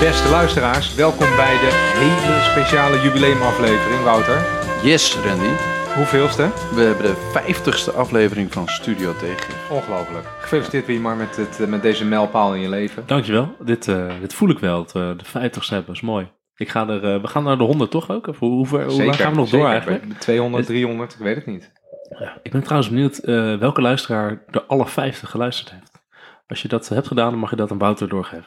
Beste luisteraars, welkom bij de hele speciale jubileumaflevering, Wouter. Yes, Randy. Hoeveelste? We hebben de 50ste aflevering van Studio Tegengif. Ongelooflijk. Gefeliciteerd weer maar met deze mijlpaal in je leven. Dankjewel. Dit voel ik wel. De 50ste hebben is mooi. We gaan naar de 100 toch ook? Of hoe lang gaan we nog door eigenlijk? 200, 300, ik weet het niet. Ja, ik ben trouwens benieuwd welke luisteraar de alle 50 geluisterd heeft. Als je dat hebt gedaan, dan mag je dat aan Wouter doorgeven.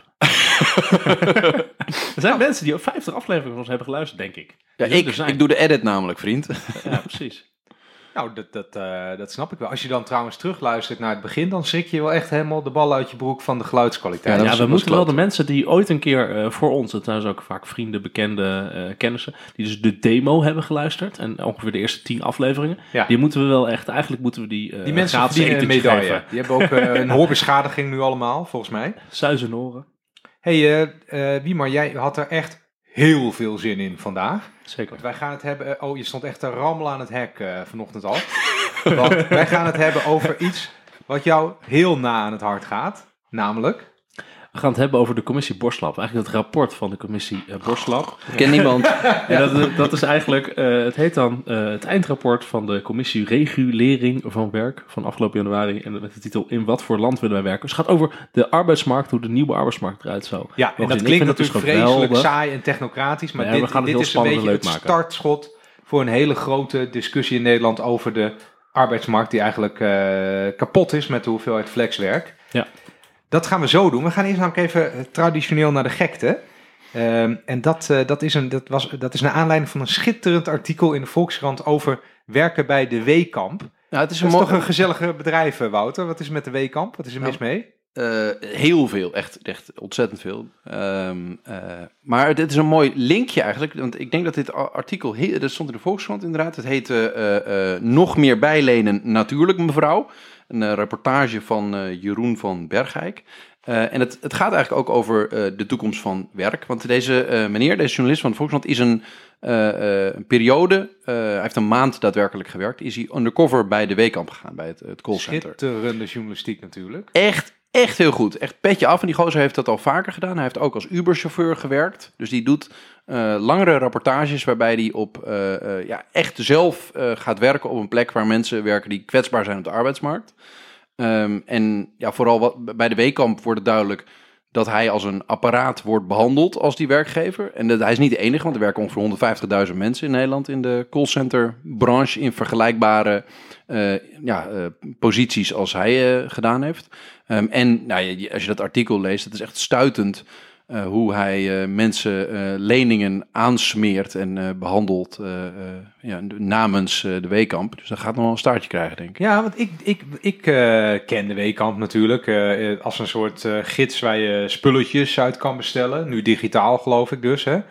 Er zijn mensen die 50 afleveringen van ons hebben geluisterd, denk ik. Ja, ik doe de edit namelijk, vriend. Ja, precies. Nou, dat snap ik wel. Als je dan trouwens terugluistert naar het begin, dan schrik je wel echt helemaal de bal uit je broek van de geluidskwaliteit. Ja, we moeten wel de mensen die ooit een keer voor ons, dat zijn ook vaak vrienden, bekenden, kennissen, die dus de demo hebben geluisterd en ongeveer de eerste 10 afleveringen, die moeten we wel echt, eigenlijk moeten we die mensen verdienen een medaille. Geven. Die hebben ook een hoorbeschadiging nu allemaal, volgens mij. Suis en oren. Hey, Wiemar, jij had er echt heel veel zin in vandaag. Zeker. Want wij gaan het hebben... je stond echt te rammelen aan het hek vanochtend al. Want wij gaan het hebben over iets wat jou heel na aan het hart gaat. Namelijk... We gaan het hebben over de commissie Borslab. Eigenlijk het rapport van de commissie Borslab. Ken niemand. En dat is eigenlijk... het heet dan het eindrapport van de commissie Regulering van Werk van afgelopen januari. En met de titel In wat voor land willen wij werken? Dus het gaat over de arbeidsmarkt, hoe de nieuwe arbeidsmarkt eruit zou. Ja, en dat klinkt natuurlijk vreselijk saai en technocratisch. Maar dit is een beetje het startschot voor een hele grote discussie in Nederland over de arbeidsmarkt die eigenlijk kapot is met de hoeveelheid flexwerk. Ja. Dat gaan we zo doen. We gaan eerst namelijk even traditioneel naar de gekte. En dat is naar aanleiding van een schitterend artikel in de Volkskrant over werken bij de Weekamp. Nou, het is toch een gezellige bedrijf, Wouter. Wat is met de Weekamp? Wat is er mis mee? Heel veel, echt ontzettend veel. Maar dit is een mooi linkje eigenlijk. Want ik denk dat dit artikel, dat stond in de Volkskrant inderdaad. Het heet Nog meer bijlenen natuurlijk, mevrouw. Een reportage van Jeroen van Bergijk. En het gaat eigenlijk ook over de toekomst van werk. Want deze journalist van de Volkskrant, is een periode, hij heeft een maand daadwerkelijk gewerkt, is hij undercover bij de Weekamp gegaan, bij het callcenter. Schitterende journalistiek natuurlijk. Echt heel goed. Echt petje af. En die gozer heeft dat al vaker gedaan. Hij heeft ook als Uber-chauffeur gewerkt. Dus die doet langere rapportages waarbij hij echt zelf gaat werken op een plek waar mensen werken die kwetsbaar zijn op de arbeidsmarkt. En ja, vooral bij de Weekamp wordt het duidelijk dat hij als een apparaat wordt behandeld als die werkgever. En hij is niet de enige, want er werken ongeveer 150.000 mensen in Nederland in de callcenter-branche in vergelijkbare posities als hij gedaan heeft. Als je dat artikel leest, het is echt stuitend hoe hij mensen leningen aansmeert en behandelt namens de Weekamp. Dus dat gaat nog wel een staartje krijgen, denk ik. Ja, want ik ken de Weekamp natuurlijk als een soort gids waar je spulletjes uit kan bestellen. Nu digitaal, geloof ik dus, hè.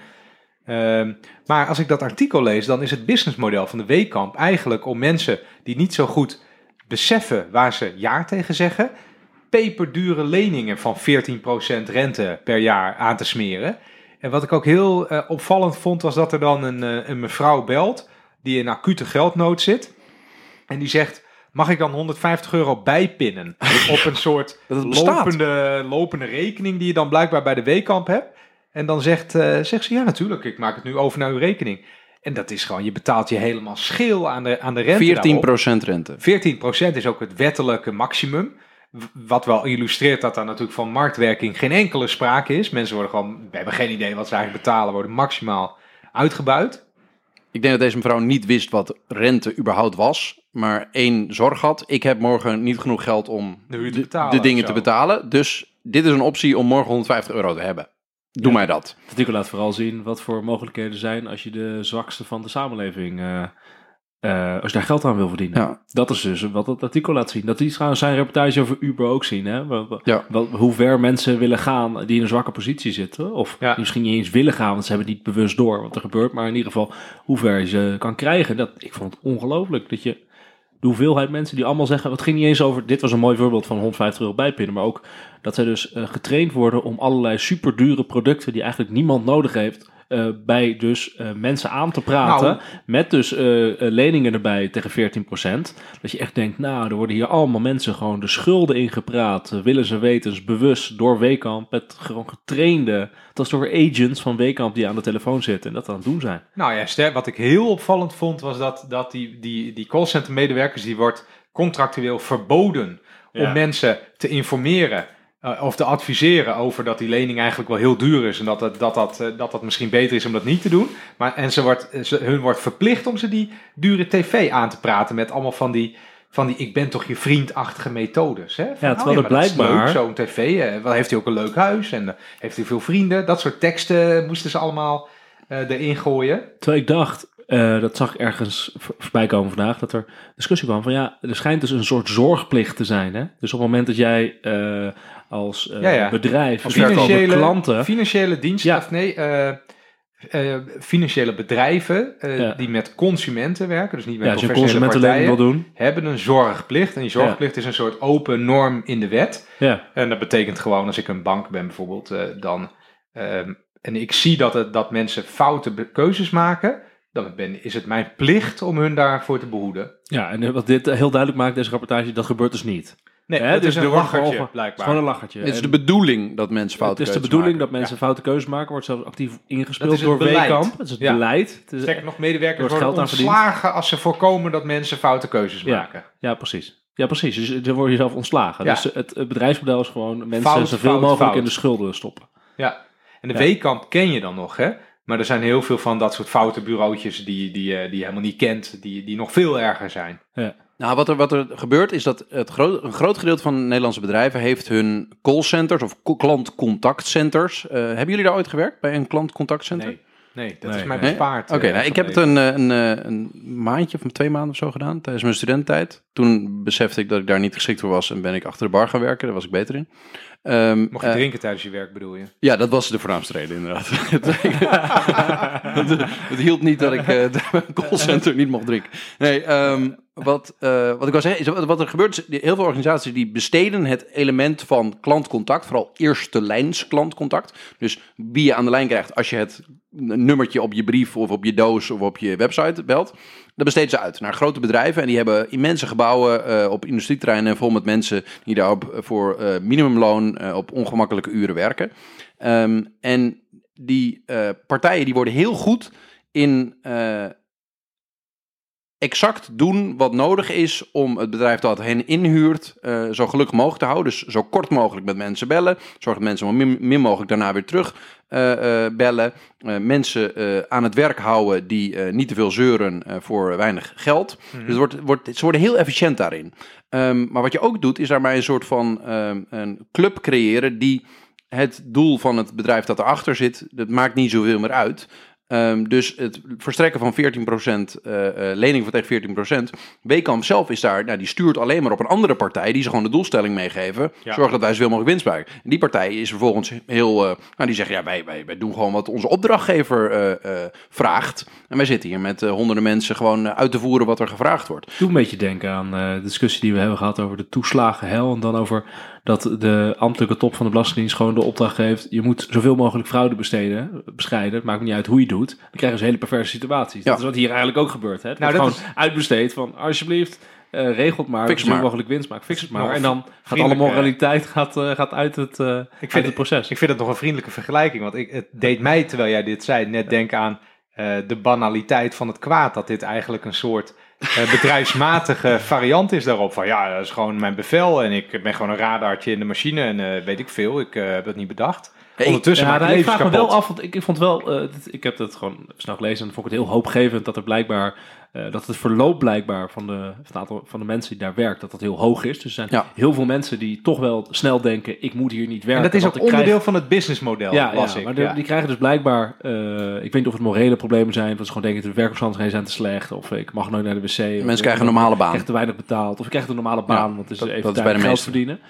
Maar als ik dat artikel lees, dan is het businessmodel van de Weekamp eigenlijk om mensen die niet zo goed beseffen waar ze ja tegen zeggen, peperdure leningen van 14% rente per jaar aan te smeren. En wat ik ook heel opvallend vond, was dat er dan een mevrouw belt die in acute geldnood zit. En die zegt, mag ik dan €150 bijpinnen op een soort lopende rekening die je dan blijkbaar bij de Weekamp hebt. En dan zegt ze, ja natuurlijk, ik maak het nu over naar uw rekening. En dat is gewoon, je betaalt je helemaal scheel aan de rente. 14% rente. 14% is ook het wettelijke maximum. Wat wel illustreert dat daar natuurlijk van marktwerking geen enkele sprake is. Mensen worden gewoon, we hebben geen idee wat ze eigenlijk betalen, worden maximaal uitgebuit. Ik denk dat deze mevrouw niet wist wat rente überhaupt was, maar één zorg had. Ik heb morgen niet genoeg geld om de dingen te betalen. Dus dit is een optie om morgen €150 te hebben. Doe mij dat. Het artikel laat vooral zien wat voor mogelijkheden zijn als je de zwakste van de samenleving, als je daar geld aan wil verdienen. Ja. Dat is dus wat het artikel laat zien. Dat die trouwens zijn reportage over Uber ook zien. Hè? Hoe ver mensen willen gaan die in een zwakke positie zitten. Of misschien niet eens willen gaan, want ze hebben het niet bewust door wat er gebeurt. Maar in ieder geval hoe ver je ze kan krijgen. Ik vond het ongelooflijk dat je de hoeveelheid mensen die allemaal zeggen, het ging niet eens over, dit was een mooi voorbeeld van €150 bijpinnen, maar ook dat zij dus getraind worden om allerlei superdure producten die eigenlijk niemand nodig heeft, bij dus mensen aan te praten. Met dus leningen erbij tegen 14%. Dat je echt denkt, nou, er worden hier allemaal mensen gewoon de schulden ingepraat. Willen ze wetens, bewust door Wekamp. Met gewoon getrainde, dat is door agents van Wekamp die aan de telefoon zitten en dat aan het doen zijn. Nou ja, wat ik heel opvallend vond was dat die callcenter medewerkers, die wordt contractueel verboden om mensen te informeren of te adviseren over dat die lening eigenlijk wel heel duur is en dat misschien beter is om dat niet te doen. Hun wordt verplicht om ze die dure tv aan te praten met allemaal van die ik ben toch je vriendachtige methodes. Hè? Terwijl er blijkbaar... Zo'n tv, heeft hij ook een leuk huis en heeft hij veel vrienden. Dat soort teksten moesten ze allemaal erin gooien. Terwijl ik dacht, dat zag ik ergens voorbij komen vandaag, dat er discussie kwam van er schijnt dus een soort zorgplicht te zijn. Hè? Dus op het moment dat jij als bedrijf, klanten... Financiële diensten, financiële bedrijven die met consumenten werken, dus niet met professionele partijen, hebben een zorgplicht. En die zorgplicht is een soort open norm in de wet. Ja. En dat betekent gewoon, als ik een bank ben bijvoorbeeld, en ik zie dat mensen foute keuzes maken, dan is het mijn plicht om hun daarvoor te behoeden. Ja, en wat dit heel duidelijk maakt, deze rapportage, dat gebeurt dus niet. Nee, het is een lachertje, blijkbaar. Gewoon een lachertje. Het is de bedoeling dat mensen foute keuzes maken. Het is de bedoeling dat mensen foute keuzes maken. Wordt zelfs actief ingespeeld door Wekamp. Het is het beleid. Sterker nog, medewerkers worden ontslagen als ze voorkomen dat mensen foute keuzes maken. Ja, precies. Ja, precies. Dus dan word je zelf ontslagen. Ja. Dus het bedrijfsmodel is gewoon mensen zoveel mogelijk in de schulden stoppen. Ja, en de Wekamp ken je dan nog, hè? Maar er zijn heel veel van dat soort foute bureautjes die je helemaal niet kent, die nog veel erger zijn. Ja. Nou, wat er gebeurt is dat een groot gedeelte van Nederlandse bedrijven heeft hun callcenters of klantcontactcenters. Hebben jullie daar ooit gewerkt bij een klantcontactcenter? Nee, dat is mij bespaard. Oké, ik heb het een maandje of 2 maanden of zo gedaan tijdens mijn studententijd. Toen besefte ik dat ik daar niet geschikt voor was en ben ik achter de bar gaan werken. Daar was ik beter in. Mocht je drinken tijdens je werk, bedoel je? Ja, dat was de voornaamste reden, inderdaad. Het hielp niet dat ik een callcenter niet mocht drinken. Nee, wat ik wil zeggen, is wat er gebeurt is, heel veel organisaties die besteden het element van klantcontact, vooral eerste lijns klantcontact. Dus wie je aan de lijn krijgt als je het nummertje op je brief of op je doos of op je website belt. Dat besteden ze uit naar grote bedrijven en die hebben immense gebouwen op industrieterreinen vol met mensen die daar voor minimumloon op ongemakkelijke uren werken. En die partijen die worden heel goed in exact doen wat nodig is om het bedrijf dat hen inhuurt zo gelukkig mogelijk te houden. Dus zo kort mogelijk met mensen bellen. Zorg dat mensen min mogelijk daarna weer terug bellen. Mensen aan het werk houden die niet te veel zeuren voor weinig geld. Mm-hmm. Dus ze worden heel efficiënt daarin. Maar wat je ook doet is daarmee een soort van een club creëren die het doel van het bedrijf dat erachter zit, dat maakt niet zoveel meer uit. Dus het verstrekken van 14% lening van tegen 14%. Wekamp zelf is daar, die stuurt alleen maar op een andere partij die ze gewoon de doelstelling meegeven. Ja. Zorg dat wij zoveel mogelijk winst maken. En die partij is vervolgens heel, die zeggen wij doen gewoon wat onze opdrachtgever vraagt. En wij zitten hier met honderden mensen gewoon uit te voeren wat er gevraagd wordt. Doe een beetje denken aan de discussie die we hebben gehad over de toeslagenhel en dan over dat de ambtelijke top van de Belastingdienst gewoon de opdracht geeft, je moet zoveel mogelijk fraude bescheiden. Het maakt niet uit hoe je het doet. Dan krijgen ze hele perverse situaties. Ja. Dat is wat hier eigenlijk ook gebeurt. Hè? Het wordt gewoon uitbesteed van, alsjeblieft, regelt maar, zoveel mogelijk winst maakt. Fix het maar. En dan gaat alle moraliteit uit het proces. Ik vind het nog een vriendelijke vergelijking, want het deed mij, terwijl jij dit zei, net denken aan de banaliteit van het kwaad. Dat dit eigenlijk een soort bedrijfsmatige variant is daarop. Van dat is gewoon mijn bevel en ik ben gewoon een radartje in de machine en weet ik veel. Ik heb het niet bedacht. Ondertussen maak ik vraag me wel af, want ik vond wel, ik heb het gewoon snel gelezen en vond ik het heel hoopgevend dat er blijkbaar, dat het verloop blijkbaar van het aantal van de mensen die daar werkt, dat heel hoog is. Dus er zijn heel veel mensen die toch wel snel denken, ik moet hier niet werken. En dat is ook onderdeel van het businessmodel, maar die krijgen dus blijkbaar, ik weet niet of het morele problemen zijn, dat ze gewoon denken, de werkomstandigheden zijn te slecht, of ik mag nooit naar de wc. Mensen krijgen een normale baan. Ik krijg te weinig betaald, of ik krijg een normale baan, want het is even tijd geld verdienen.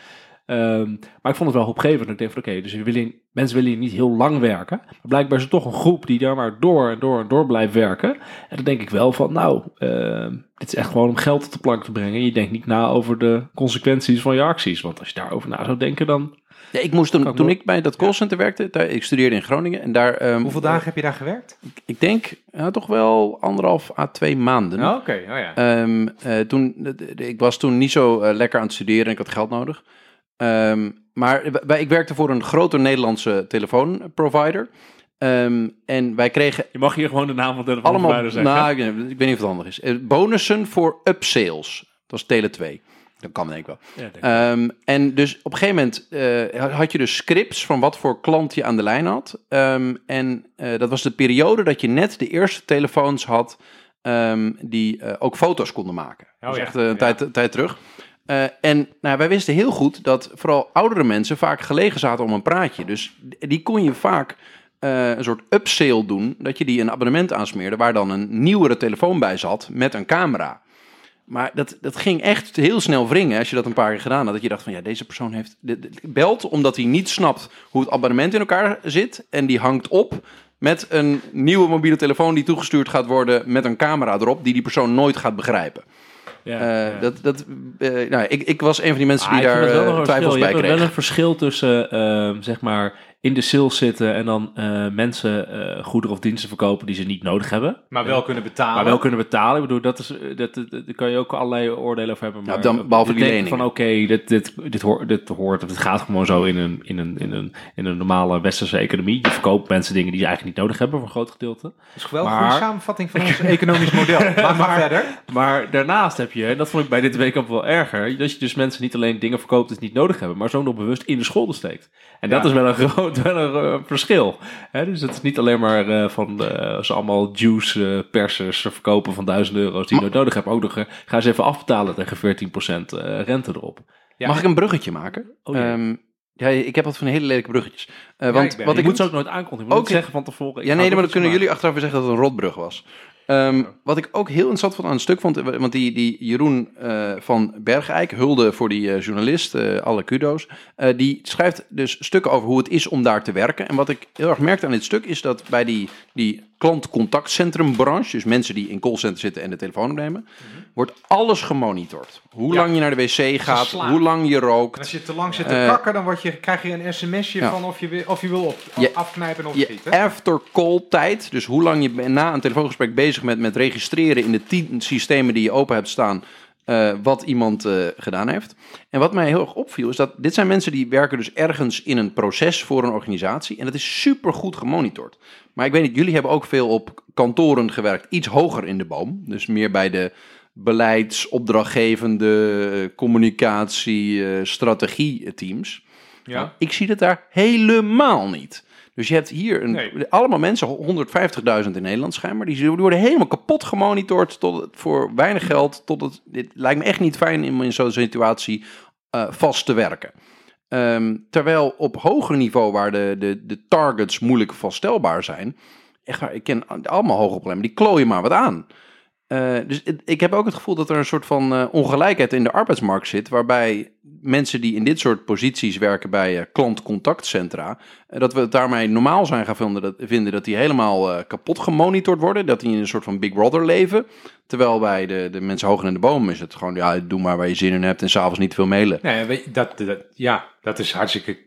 Maar ik vond het wel hoopgevend. Ik denk van oké, dus mensen willen hier niet heel lang werken. Maar blijkbaar is er toch een groep die daar maar door blijft werken. En dan denk ik wel van dit is echt gewoon om geld op de plank te brengen. Je denkt niet na over de consequenties van je acties. Want als je daarover na zou denken dan... Ja, ik moest toen ik bij dat callcenter werkte, ik studeerde in Groningen. En daar, hoeveel dagen heb je daar gewerkt? Ik denk toch wel 1,5 à 2 maanden. Oh, oké. Oh, ja. Ik was toen niet zo lekker aan het studeren en ik had geld nodig. Maar ik werkte voor een grote Nederlandse telefoonprovider. En wij kregen... Je mag hier gewoon de naam van de telefoonprovider zeggen. Nou, ik weet niet of het handig is. Bonussen voor upsales. Dat was Tele 2. Dat kan denk ik wel. Ja, en dus op een gegeven moment had je dus scripts van wat voor klant je aan de lijn had. Dat was de periode dat je net de eerste telefoons had die ook foto's konden maken. Dat is echt een tijd terug. Wij wisten heel goed dat vooral oudere mensen vaak gelegen zaten om een praatje. Dus die kon je vaak een soort upsale doen, dat je die een abonnement aansmeerde waar dan een nieuwere telefoon bij zat met een camera. Maar dat ging echt heel snel wringen als je dat een paar keer gedaan had. Dat je dacht van deze persoon belt omdat hij niet snapt hoe het abonnement in elkaar zit. En die hangt op met een nieuwe mobiele telefoon die toegestuurd gaat worden met een camera erop die persoon nooit gaat begrijpen. Ik was een van die mensen die daar twijfels bij kreeg. Er is wel een verschil tussen zeg maar in de sales zitten en dan mensen goederen of diensten verkopen die ze niet nodig hebben. Maar wel kunnen betalen. Ik bedoel, daar kan je ook allerlei oordelen over hebben. Maar dan, behalve die leningen. Van dit hoort, het gaat gewoon zo in een normale westerse economie. Je verkoopt mensen dingen die ze eigenlijk niet nodig hebben voor een groot gedeelte. Dat is wel een goede samenvatting van ons economisch model. Maar verder. Maar daarnaast heb je, en dat vond ik bij dit weekend wel erger, dat je dus mensen niet alleen dingen verkoopt die ze niet nodig hebben, maar zo nog bewust in de schulden steekt. En dat is wel een verschil. Hè? Dus het is niet alleen maar ze allemaal juice persers verkopen van €1000 die je nooit nodig hebt. Ook nog ga ze even afbetalen tegen 14% rente erop. Ja, mag ik een bruggetje maken? Ik heb wat van hele lelijke bruggetjes. Want ik moet ze ook nooit aankondigen. Ik moet niet zeggen van tevoren. Maar dan kunnen jullie achteraf zeggen dat het een rotbrug was. Wat ik ook heel interessant vond aan het stuk vond, want die Jeroen van Bergijk, hulde voor die journalist, alle kudo's, die schrijft dus stukken over hoe het is om daar te werken. En wat ik heel erg merkte aan dit stuk is dat bij die klantcontactcentrummbranche, dus mensen die in callcenter zitten en de telefoon opnemen, wordt alles gemonitord. Hoe lang je naar de wc gaat, hoe lang je rookt. Als je te lang zit te kakken, dan krijg je een sms'je van of je wil afknijpen of niet. After-call tijd, dus hoe lang je na een telefoongesprek bezig bent met registreren in de 10 systemen die je open hebt staan, wat iemand gedaan heeft. En wat mij heel erg opviel is dat dit zijn mensen die werken dus ergens in een proces voor een organisatie en dat is super goed gemonitord. Maar ik weet niet, jullie hebben ook veel op kantoren gewerkt, iets hoger in de boom, dus meer bij de beleidsopdrachtgevende communicatie, strategieteams. Ja. Ik zie dat daar helemaal niet. Dus je hebt hier allemaal mensen, 150.000 in Nederland schijnbaar, die worden helemaal kapot gemonitord voor weinig geld. Dit lijkt me echt niet fijn om in zo'n situatie vast te werken. Terwijl op hoger niveau, waar de targets moeilijk vaststelbaar zijn, echt waar, ik ken allemaal hoogopleidingen, die klooien maar wat aan. Dus ik heb ook het gevoel dat er een soort van ongelijkheid in de arbeidsmarkt zit, waarbij mensen die in dit soort posities werken bij klantcontactcentra, dat we het daarmee normaal zijn gaan vinden dat die helemaal kapot gemonitord worden, dat die in een soort van Big Brother leven, terwijl bij de mensen hoger in de boom is het gewoon, doe maar waar je zin in hebt en s'avonds niet veel mailen. Nee, dat is hartstikke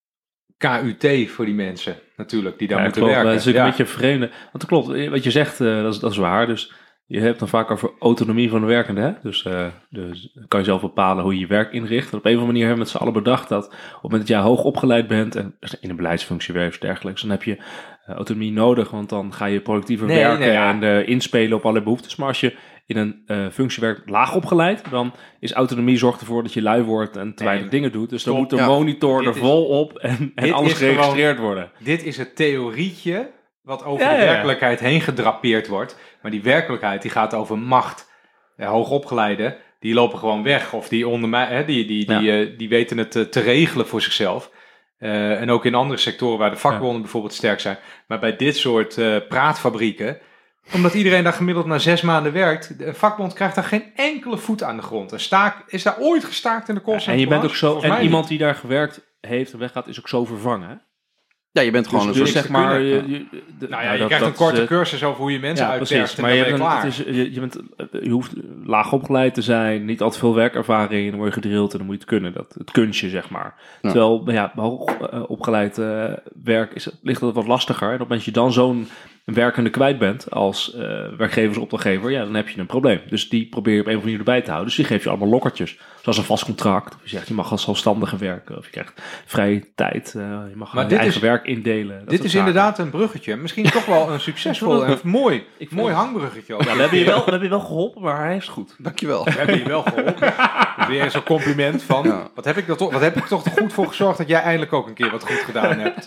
KUT voor die mensen natuurlijk, die daar moeten werken. Dat is een beetje vreemde. Want dat klopt, wat je zegt, dat is waar. Dus je hebt dan vaak over autonomie van de werkende. Hè? Dus kan je zelf bepalen hoe je je werk inricht. En op een of andere manier hebben we met z'n allen bedacht dat op het moment dat jij hoog opgeleid bent en in een beleidsfunctie werkt of dergelijks, dan heb je autonomie nodig, want dan ga je productiever werken en inspelen op alle behoeftes. Maar als je in een functie werkt laag opgeleid, dan is autonomie zorgt ervoor dat je lui wordt en te weinig dingen doet. Dus dan moet de monitor er vol op en alles geregistreerd worden. Dit is het theorietje wat over de werkelijkheid heen gedrapeerd wordt. Maar die werkelijkheid die gaat over macht. Hoogopgeleiden, die lopen gewoon weg. Of die onder mij, die weten het te regelen voor zichzelf. En ook in andere sectoren waar de vakbonden bijvoorbeeld sterk zijn. Maar bij dit soort praatfabrieken, omdat iedereen daar gemiddeld na 6 maanden werkt. De vakbond krijgt daar geen enkele voet aan de grond. Een staak is daar ooit gestaakt in de callcenter. En je bent ook zo. En iemand die daar gewerkt heeft en weggaat, is ook zo vervangen. Hè? Ja, je bent gewoon een dus soort... zeg maar... Je krijgt een korte cursus over hoe je mensen uitperst en maar dan ben je klaar. Je hoeft laag opgeleid te zijn, niet al te veel werkervaring, dan word je gedrild en dan moet je het kunnen. Het kunstje, zeg maar. Ja. Terwijl hoog opgeleid werk ligt dat wat lastiger. En op het moment dat je dan zo'n werkende kwijt bent als werkgeversopdrachtgever, dan heb je een probleem. Dus die probeer je op een of andere manier erbij te houden. Dus die geef je allemaal lokkertjes. Zoals een vast contract. Of je zegt, je mag als zelfstandige werken. Of je krijgt vrije tijd. Je mag je eigen werk indelen. Dit is inderdaad een bruggetje. Misschien toch wel een succesvol en mooi hangbruggetje. Ja, we hebben je wel geholpen, maar hij is goed. Dankjewel. We hebben je wel geholpen. Weer zo'n compliment van, wat heb ik toch goed voor gezorgd dat jij eindelijk ook een keer wat goed gedaan hebt.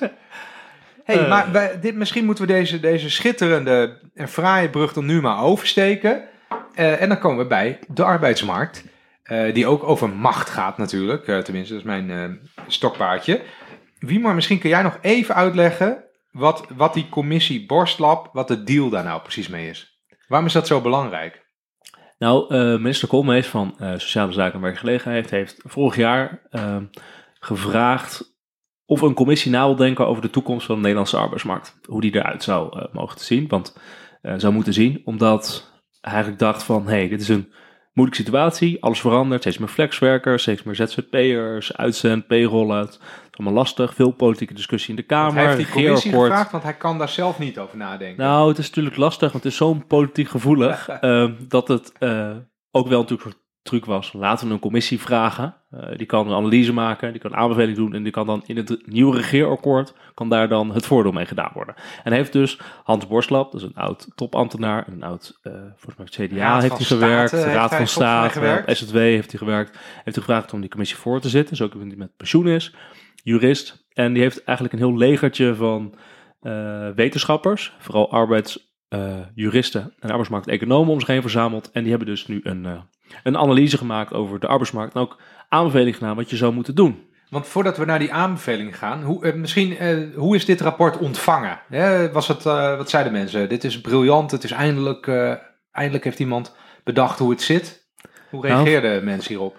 Maar misschien moeten we deze schitterende en fraaie brug dan nu maar oversteken. En dan komen we bij de arbeidsmarkt. Die ook over macht gaat natuurlijk. Tenminste, dat is mijn stokpaardje. Wiemar, misschien kun jij nog even uitleggen wat die commissie Borstlab, wat de deal daar nou precies mee is. Waarom is dat zo belangrijk? Nou, minister Koolmees van Sociale Zaken en Werkgelegenheid heeft vorig jaar gevraagd of een commissie na wil denken over de toekomst van de Nederlandse arbeidsmarkt. Hoe die eruit zou mogen te zien. Want zou moeten zien, omdat hij eigenlijk dacht van, dit is een moeilijke situatie. Alles verandert, steeds meer flexwerkers, steeds meer ZZP'ers, uitzend, payrollen. Het is allemaal lastig, veel politieke discussie in de Kamer. Hij heeft die commissie gevraagd, want hij kan daar zelf niet over nadenken. Nou, het is natuurlijk lastig, want het is zo politiek gevoelig dat het ook wel natuurlijk een truc was. Laten we een commissie vragen. Die kan een analyse maken, die kan een aanbeveling doen en die kan dan in het nieuwe regeerakkoord kan daar dan het voordeel mee gedaan worden. En hij heeft dus Hans Borstlab, dat is een oud topambtenaar, een oud, volgens mij het CDA heeft hij gewerkt, Raad van State, SZW heeft hij gewerkt, heeft hij gevraagd om die commissie voor te zitten, zo iemand die met pensioen is, jurist, en die heeft eigenlijk een heel legertje van wetenschappers, vooral arbeidsjuristen en arbeidsmarkteconomen om zich heen verzameld, en die hebben dus nu een analyse gemaakt over de arbeidsmarkt en ook aanbeveling gedaan wat je zou moeten doen. Want voordat we naar die aanbeveling gaan, hoe is dit rapport ontvangen? Was het, wat zeiden mensen? Dit is briljant, het is eindelijk heeft iemand bedacht hoe het zit. Hoe reageerden mensen hierop?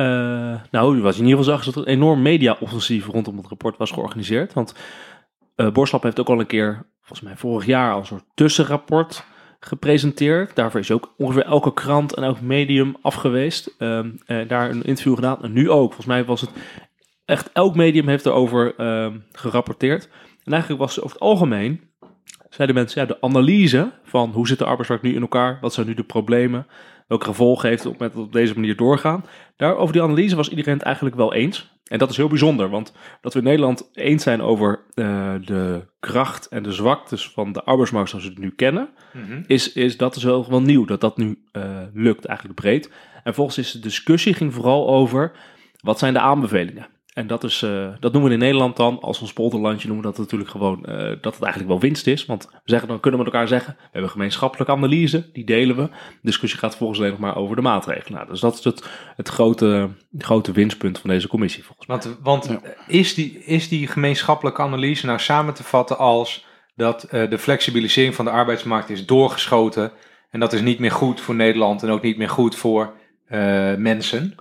Wat je in ieder geval zag is dat er een enorm media-offensief rondom het rapport was georganiseerd. Want Borstlab heeft ook al een keer, volgens mij vorig jaar, al een soort tussenrapport gepresenteerd. Daarvoor is ook ongeveer elke krant en elk medium afgeweest. Daar een interview gedaan. En nu ook. Volgens mij was het echt elk medium heeft erover gerapporteerd. En eigenlijk was over het algemeen, zeiden mensen, de analyse van hoe zit de arbeidsmarkt nu in elkaar? Wat zijn nu de problemen? Welke gevolgen heeft het op deze manier doorgaan? Over die analyse was iedereen het eigenlijk wel eens. En dat is heel bijzonder, want dat we in Nederland eens zijn over de kracht en de zwaktes van de arbeidsmarkt zoals we het nu kennen, dat is wel nieuw, dat nu lukt eigenlijk breed. En volgens is de discussie ging vooral over, wat zijn de aanbevelingen? En dat noemen we in Nederland dan, als ons polderlandje noemen we dat natuurlijk gewoon, dat het eigenlijk wel winst is. Want dan kunnen we met elkaar zeggen, we hebben een gemeenschappelijke analyse, die delen we. De discussie gaat volgens alleen nog maar over de maatregelen. Nou, dus dat is het grote winstpunt van deze commissie volgens mij. Want is die gemeenschappelijke analyse nou samen te vatten als dat de flexibilisering van de arbeidsmarkt is doorgeschoten en dat is niet meer goed voor Nederland en ook niet meer goed voor mensen?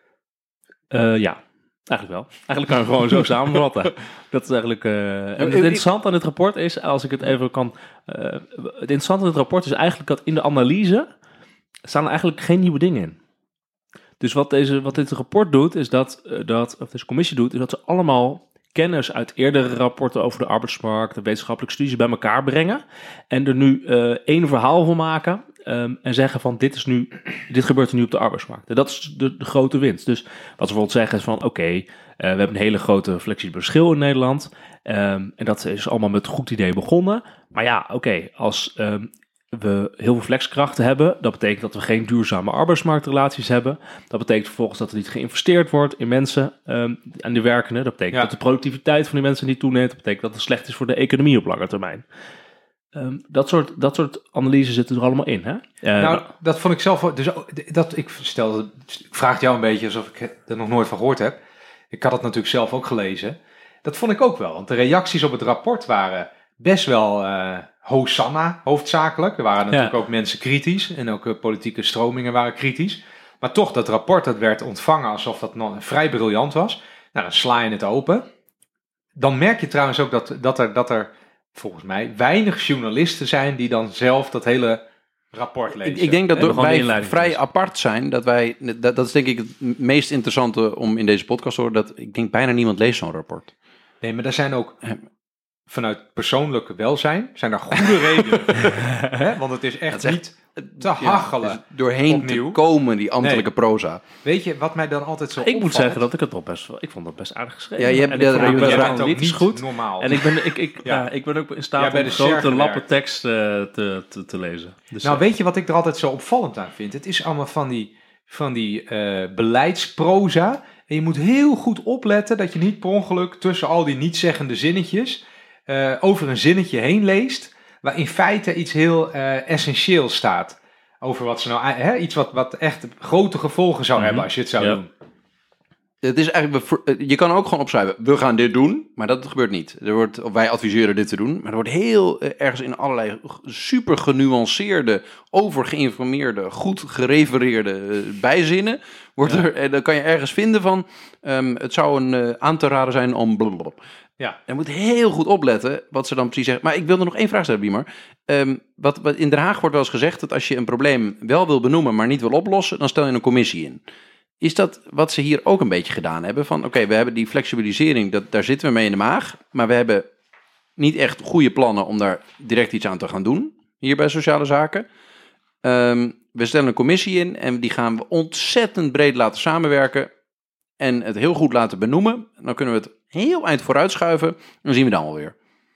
Ja. Eigenlijk wel. Eigenlijk kan je gewoon zo samenvatten. Dat is eigenlijk... En het interessante aan dit rapport is, als ik het even kan... het interessante aan dit rapport is eigenlijk dat in de analyse staan er eigenlijk geen nieuwe dingen in. Dus wat dit rapport doet, is of deze commissie doet, is dat ze allemaal kennis uit eerdere rapporten over de arbeidsmarkt en wetenschappelijke studies bij elkaar brengen. En er nu één verhaal van maken. En zeggen van dit gebeurt er nu op de arbeidsmarkt. En dat is de grote winst. Dus wat ze bijvoorbeeld zeggen is van we hebben een hele grote flexibele verschil in Nederland. En dat is allemaal met een goed idee begonnen. Maar als we heel veel flexkrachten hebben, dat betekent dat we geen duurzame arbeidsmarktrelaties hebben. Dat betekent vervolgens dat er niet geïnvesteerd wordt in mensen en de werkenden. Dat betekent dat de productiviteit van die mensen niet toeneemt. Dat betekent dat het slecht is voor de economie op lange termijn. Dat soort analyses zitten er allemaal in, hè? Dat vond ik zelf... Dus ik vraag jou een beetje alsof ik er nog nooit van gehoord heb. Ik had het natuurlijk zelf ook gelezen. Dat vond ik ook wel, want de reacties op het rapport waren best wel Hosanna hoofdzakelijk. Er waren natuurlijk ook mensen kritisch en ook politieke stromingen waren kritisch. Maar toch, dat rapport dat werd ontvangen alsof dat vrij briljant was. Nou, dan sla je het open. Dan merk je trouwens ook dat er volgens mij weinig journalisten zijn die dan zelf dat hele rapport lezen. Ik denk dat wij vrij apart zijn. Dat is denk ik het meest interessante om in deze podcast te horen. Dat ik denk bijna niemand leest zo'n rapport. Nee, maar er zijn ook vanuit persoonlijke welzijn zijn er goede redenen. Want het is echt niet te hachelen. Dus doorheen te komen, die ambtelijke proza. Weet je, wat mij dan altijd zo opvalt... Ik moet zeggen dat ik het nog best wel... Ik vond dat best aardig geschreven. Ja, je hebt ook niet goed. Normaal. En ik ben ook in staat om grote lappen tekst te lezen. Dus weet je wat ik er altijd zo opvallend aan vind? Het is allemaal van die beleidsproza. En je moet heel goed opletten dat je niet per ongeluk tussen al die niet-zeggende zinnetjes over een zinnetje heen leest, waar in feite iets heel essentieels staat. Over wat ze nou, iets wat echt grote gevolgen zou hebben als je het zou doen. Het is eigenlijk, je kan ook gewoon opschrijven, we gaan dit doen, maar dat gebeurt niet. Wij adviseren dit te doen, maar er wordt heel ergens in allerlei super genuanceerde, overgeïnformeerde, goed gerefereerde bijzinnen. En dan kan je ergens vinden van, het zou aan te raden zijn om blablabla. Ja. Je moet heel goed opletten wat ze dan precies zeggen. Maar ik wil er nog één vraag stellen, Biemar. Wat in Den Haag wordt wel eens gezegd dat als je een probleem wel wil benoemen, maar niet wil oplossen, dan stel je een commissie in. Is dat wat ze hier ook een beetje gedaan hebben? Van oké, we hebben die flexibilisering, daar zitten we mee in de maag. Maar we hebben niet echt goede plannen om daar direct iets aan te gaan doen. Hier bij Sociale Zaken. We stellen een commissie in en die gaan we ontzettend breed laten samenwerken. En het heel goed laten benoemen. Dan kunnen we het heel eind vooruit schuiven. En dan zien we dan alweer.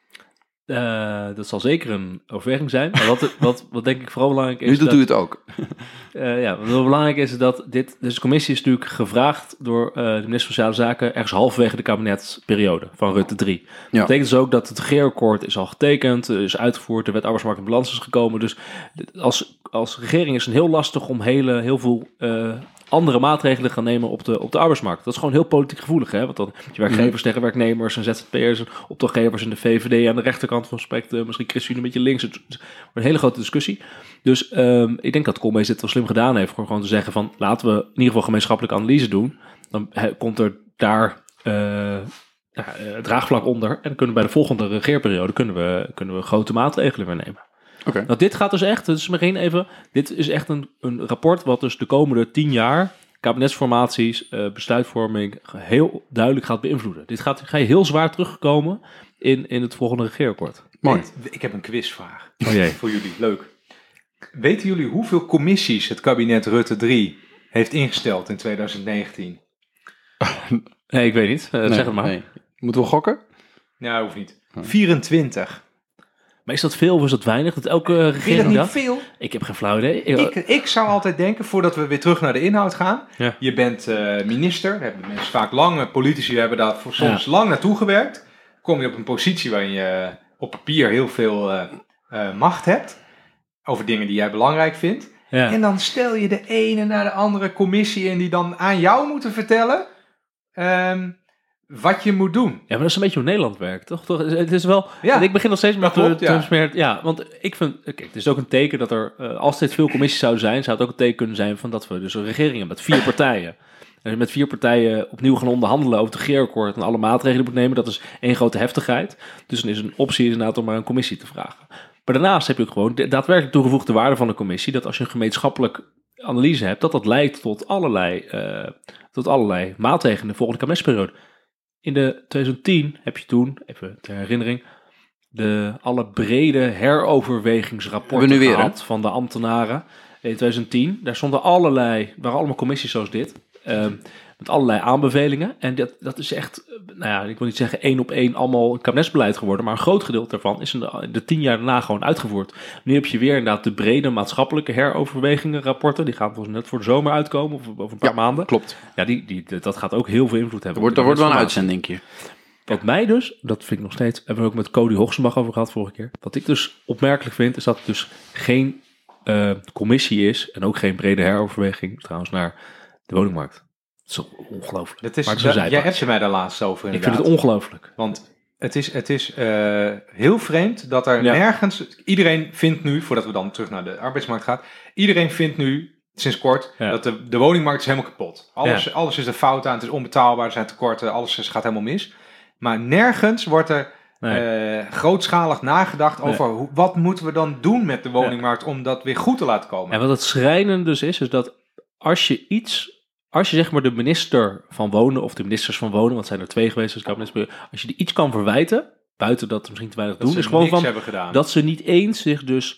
Dat zal zeker een overweging zijn. Maar wat denk ik vooral belangrijk is... Nu doet u het ook. Wat belangrijk is dat deze commissie is natuurlijk gevraagd door de minister van Sociale Zaken ergens halverwege de kabinetsperiode van Rutte 3. Dat betekent dus ook dat het regeerakkoord is al getekend, is uitgevoerd, de wet arbeidsmarkt en balans is gekomen. Dus als regering is het heel lastig om heel veel andere maatregelen gaan nemen op de arbeidsmarkt. Dat is gewoon heel politiek gevoelig, hè? Want dan heb je werkgevers tegen werknemers en ZZP'ers en opdrachtgevers en de VVD aan de rechterkant van het spectrum, misschien ChristenUnie een beetje links. Het wordt een hele grote discussie. Dus ik denk dat Koolmees dit wel slim gedaan heeft, gewoon te zeggen van laten we in ieder geval gemeenschappelijke analyse doen. Dan komt er daar draagvlak onder en dan kunnen we bij de volgende regeerperiode kunnen we grote maatregelen weer nemen. Okay. Nou, dit gaat dus echt, dit is echt een rapport wat dus de komende 10 jaar kabinetsformaties, besluitvorming heel duidelijk gaat beïnvloeden. Dit ga je heel zwaar terugkomen in het volgende regeerakkoord. Mooi. Ik heb een quizvraag voor jullie. Leuk. Weten jullie hoeveel commissies het kabinet Rutte 3 heeft ingesteld in 2019? Nee, ik weet niet. Zeg het maar. Nee. Moeten we gokken? Ja, hoeft niet. 24. Maar is dat veel of is dat weinig? Dat elke regering dat niet veel? Ik heb geen flauw idee. Ik zou altijd denken, voordat we weer terug naar de inhoud gaan. Ja. Je bent minister. Hebben mensen vaak lang, politici hebben daar soms lang naartoe gewerkt. Kom je op een positie waarin je op papier heel veel macht hebt. Over dingen die jij belangrijk vindt. Ja. En dan stel je de ene naar de andere commissie in die dan aan jou moeten vertellen wat je moet doen. Ja, maar dat is een beetje hoe Nederland werkt, toch? Het is wel... Ja. Ik begin nog steeds met want ik vind... Kijk, het is ook een teken dat er... als dit veel commissies zouden zijn, zou het ook een teken kunnen zijn van dat we dus een regering hebben met 4 partijen. En met 4 partijen opnieuw gaan onderhandelen over het regeerakkoord en alle maatregelen moet nemen. Dat is één grote heftigheid. Dus dan is een optie inderdaad om maar een commissie te vragen. Maar daarnaast heb je ook gewoon de daadwerkelijk toegevoegde waarde van de commissie. Dat als je een gemeenschappelijk analyse hebt, dat leidt tot allerlei maatregelen in de volgende kabinetsperiode. In de 2010 heb je toen, even ter herinnering, alle brede heroverwegingsrapporten gehad van de ambtenaren. In 2010, daar waren allemaal commissies zoals dit. Met allerlei aanbevelingen. En dat is echt, ik wil niet zeggen 1 op 1 allemaal kabinetsbeleid geworden. Maar een groot gedeelte daarvan is in de 10 jaar daarna gewoon uitgevoerd. Nu heb je weer inderdaad de brede maatschappelijke heroverwegingen rapporten. Die gaan volgens net voor de zomer uitkomen of over een paar maanden. Klopt. Ja, dat gaat ook heel veel invloed hebben. Er wordt wel een uitzendingje. Wat mij dus, dat vind ik nog steeds, hebben we ook met Cody Hoogsenbach over gehad vorige keer. Wat ik dus opmerkelijk vind, is dat het dus geen commissie is en ook geen brede heroverweging trouwens naar de woningmarkt. Dat is ongelooflijk. Jij hebt je mij daar laatst over inderdaad. Ik vind het ongelooflijk. Want Het is heel vreemd dat er nergens... Iedereen vindt nu, voordat we dan terug naar de arbeidsmarkt gaan... Iedereen vindt nu, sinds kort, dat de woningmarkt is helemaal kapot. Alles is er fout aan, het is onbetaalbaar, er zijn tekorten, alles gaat helemaal mis. Maar nergens wordt er grootschalig nagedacht over... Wat moeten we dan doen met de woningmarkt om dat weer goed te laten komen? En wat het schrijnend dus is dat als je zeg maar de minister van Wonen of de ministers van Wonen, want zijn er 2 geweest, als je die iets kan verwijten, buiten dat ze misschien te weinig doen, is gewoon van dat ze niet eens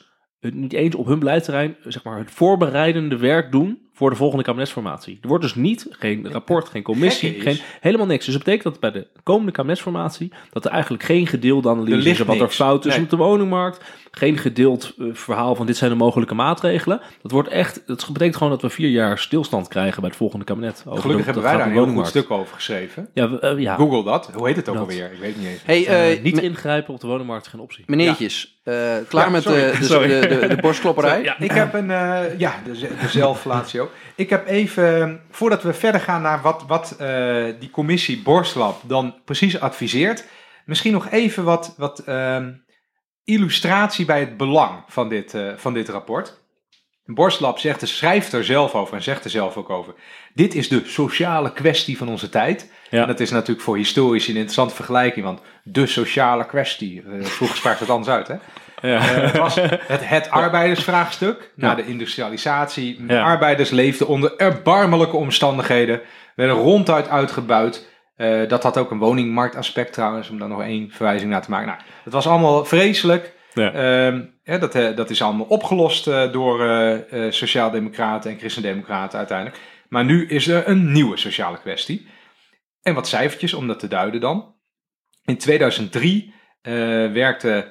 op hun beleidsterrein zeg maar het voorbereidende werk doen voor de volgende kabinetsformatie. Er wordt dus geen rapport, geen commissie, helemaal niks. Dus dat betekent dat bij de komende kabinetsformatie dat er eigenlijk geen gedeelde analyse is wat er fout is op de woningmarkt, geen gedeeld verhaal van dit zijn de mogelijke maatregelen. Dat betekent gewoon dat we 4 jaar stilstand krijgen bij het volgende kabinet. Gelukkig hebben wij daar een heel goed stuk over geschreven. Google dat. Hoe heet het ook alweer? Ik weet het niet eens. Niet ingrijpen op de woningmarkt is geen optie. Meneertjes, klaar met de borstklopperij? Ik heb de zelflatie ook. Ik heb even, voordat we verder gaan naar wat die commissie Borstlab dan precies adviseert, misschien nog even wat illustratie bij het belang van dit rapport. Borstlab schrijft er zelf over en zegt er zelf ook over. Dit is de sociale kwestie van onze tijd. Ja. En dat is natuurlijk voor historici een interessante vergelijking, want de sociale kwestie, vroeger sprak het anders uit, hè? Ja. Het was het arbeidersvraagstuk. Na de industrialisatie. Arbeiders leefden onder erbarmelijke omstandigheden. Werden ronduit uitgebuit. Dat had ook een woningmarktaspect trouwens. Om daar nog 1 verwijzing naar te maken. Nou, dat was allemaal vreselijk. Ja. Dat is allemaal opgelost door sociaaldemocraten en christendemocraten uiteindelijk. Maar nu is er een nieuwe sociale kwestie. En wat cijfertjes om dat te duiden dan. In 2003 werkte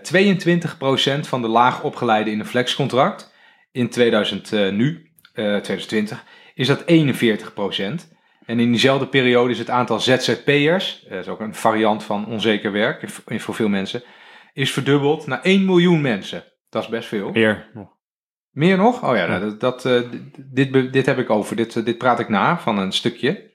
22% van de laag opgeleiden in een flexcontract. In 2020 is dat 41%. En in diezelfde periode is het aantal ZZP'ers, dat is ook een variant van onzeker werk voor veel mensen, is verdubbeld naar 1 miljoen mensen. Dat is best veel. Meer nog? Oh ja, dit heb ik over. Dit praat ik na van een stukje.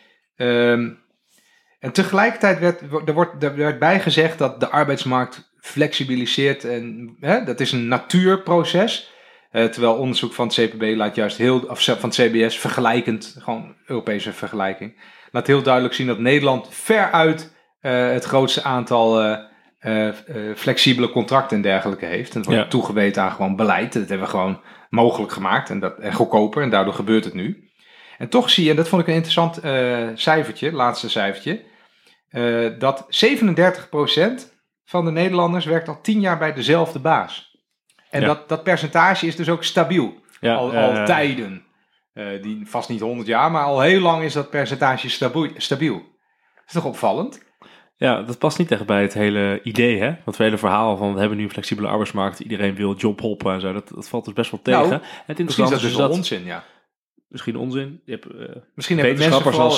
En tegelijkertijd werd bijgezegd dat de arbeidsmarkt flexibiliseert en dat is een natuurproces. Terwijl onderzoek van het CPB laat juist van het CBS vergelijkend, gewoon Europese vergelijking, laat heel duidelijk zien dat Nederland veruit het grootste aantal flexibele contracten en dergelijke heeft. En dat wordt toegeweten aan gewoon beleid. Dat hebben we gewoon mogelijk gemaakt en goedkoper en daardoor gebeurt het nu. En toch zie je, en dat vond ik een interessant laatste cijfertje, dat 37% van de Nederlanders werkt al 10 jaar bij dezelfde baas. En dat percentage is dus ook stabiel. Al tijden. Die vast niet 100 jaar, maar al heel lang is dat percentage stabiel. Dat is toch opvallend? Ja, dat past niet echt bij het hele idee, hè? Het hele verhaal van we hebben nu een flexibele arbeidsmarkt, iedereen wil jobhoppen en zo. Dat valt dus best wel tegen. Nou, het interessante is dus wel onzin, ja. Misschien onzin. Misschien hebben mensen vooral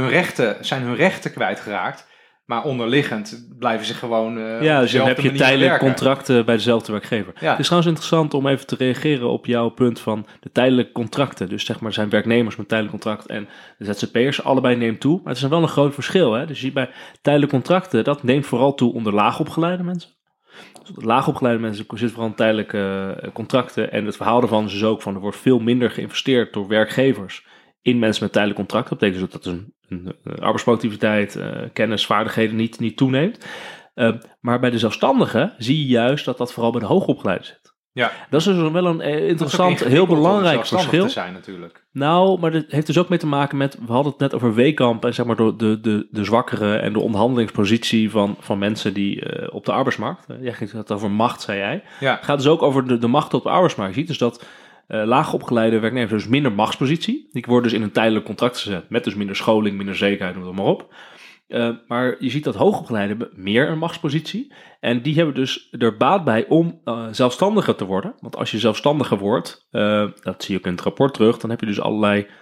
hun rechten kwijtgeraakt. Maar onderliggend blijven ze gewoon dus dan heb je tijdelijk contracten bij dezelfde werkgever. Ja. Het is trouwens interessant om even te reageren op jouw punt van de tijdelijke contracten. Dus zeg maar zijn werknemers met tijdelijk contract en de ZZP'ers, allebei neemt toe. Maar het is wel een groot verschil. Hè? Dus je ziet bij tijdelijke contracten, dat neemt vooral toe onder laagopgeleide mensen. Dus laagopgeleide mensen zitten vooral in tijdelijke contracten. En het verhaal daarvan is dus ook van er wordt veel minder geïnvesteerd door werkgevers in mensen met tijdelijk contract. Dat betekent dus dat een arbeidsproductiviteit, kennis, vaardigheden niet toeneemt. Maar bij de zelfstandigen zie je juist dat vooral bij de hoogopgeleiden zit. Ja. Dat is dus wel een interessant, heel belangrijk verschil. Te zijn, natuurlijk. Nou, maar dat heeft dus ook mee te maken met, we hadden het net over Weekamp en zeg maar de zwakkere en de onderhandelingspositie van mensen die op de arbeidsmarkt. Jij ging het over macht, zei jij. Ja. Het gaat dus ook over de macht op de arbeidsmarkt. Je ziet dus dat laagopgeleide werknemers dus minder machtspositie. Die worden dus in een tijdelijk contract gezet met dus minder scholing, minder zekerheid, noem het maar op. Maar je ziet dat hoogopgeleiden meer een machtspositie. En die hebben dus er baat bij om zelfstandiger te worden. Want als je zelfstandiger wordt, dat zie je ook in het rapport terug, dan heb je dus allerlei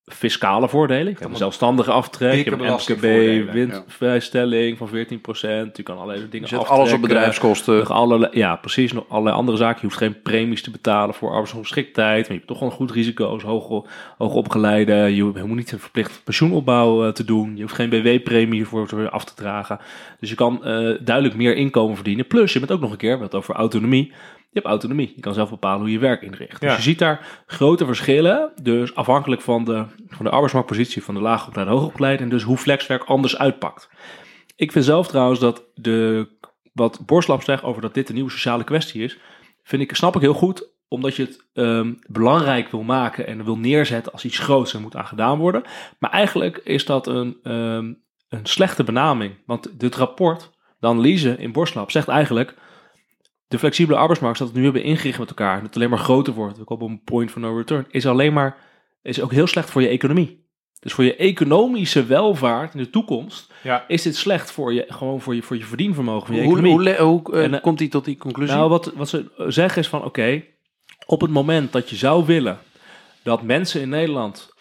fiscale voordelen. Je hebt een zelfstandige aftrek, je hebt een MKB, windvrijstelling van 14%. Je kan allerlei dingen aftrekken. Alles op bedrijfskosten. Ja, precies. Nog allerlei andere zaken. Je hoeft geen premies te betalen voor arbeidsongeschiktheid. Maar je hebt toch gewoon goed risico's, hoog opgeleide. Je moet niet een verplicht pensioenopbouw te doen. Je hoeft geen BW-premie voor af te dragen. Dus je kan duidelijk meer inkomen verdienen. Plus, je bent ook nog een keer, wat over autonomie. Je hebt autonomie. Je kan zelf bepalen hoe je werk inricht. Dus je ziet daar grote verschillen. Dus afhankelijk van de arbeidsmarktpositie van de laagopgeleide en hoogopgeleide. En dus hoe flexwerk anders uitpakt. Ik vind zelf trouwens dat wat Borslap zegt over dat dit een nieuwe sociale kwestie is. Snap ik heel goed. Omdat je het belangrijk wil maken en wil neerzetten als iets groots en moet aan gedaan worden. Maar eigenlijk is dat een slechte benaming. Want dit rapport, de analyse in Borslap, zegt eigenlijk... De flexibele arbeidsmarkt, dat we het nu hebben ingericht met elkaar, dat het alleen maar groter wordt, we komen op een point van no return, is ook heel slecht voor je economie. Dus voor je economische welvaart in de toekomst is dit slecht voor je, gewoon voor je verdienvermogen van je economie. Hoe komt hij tot die conclusie? Nou, wat ze zeggen is van oké, op het moment dat je zou willen dat mensen in Nederland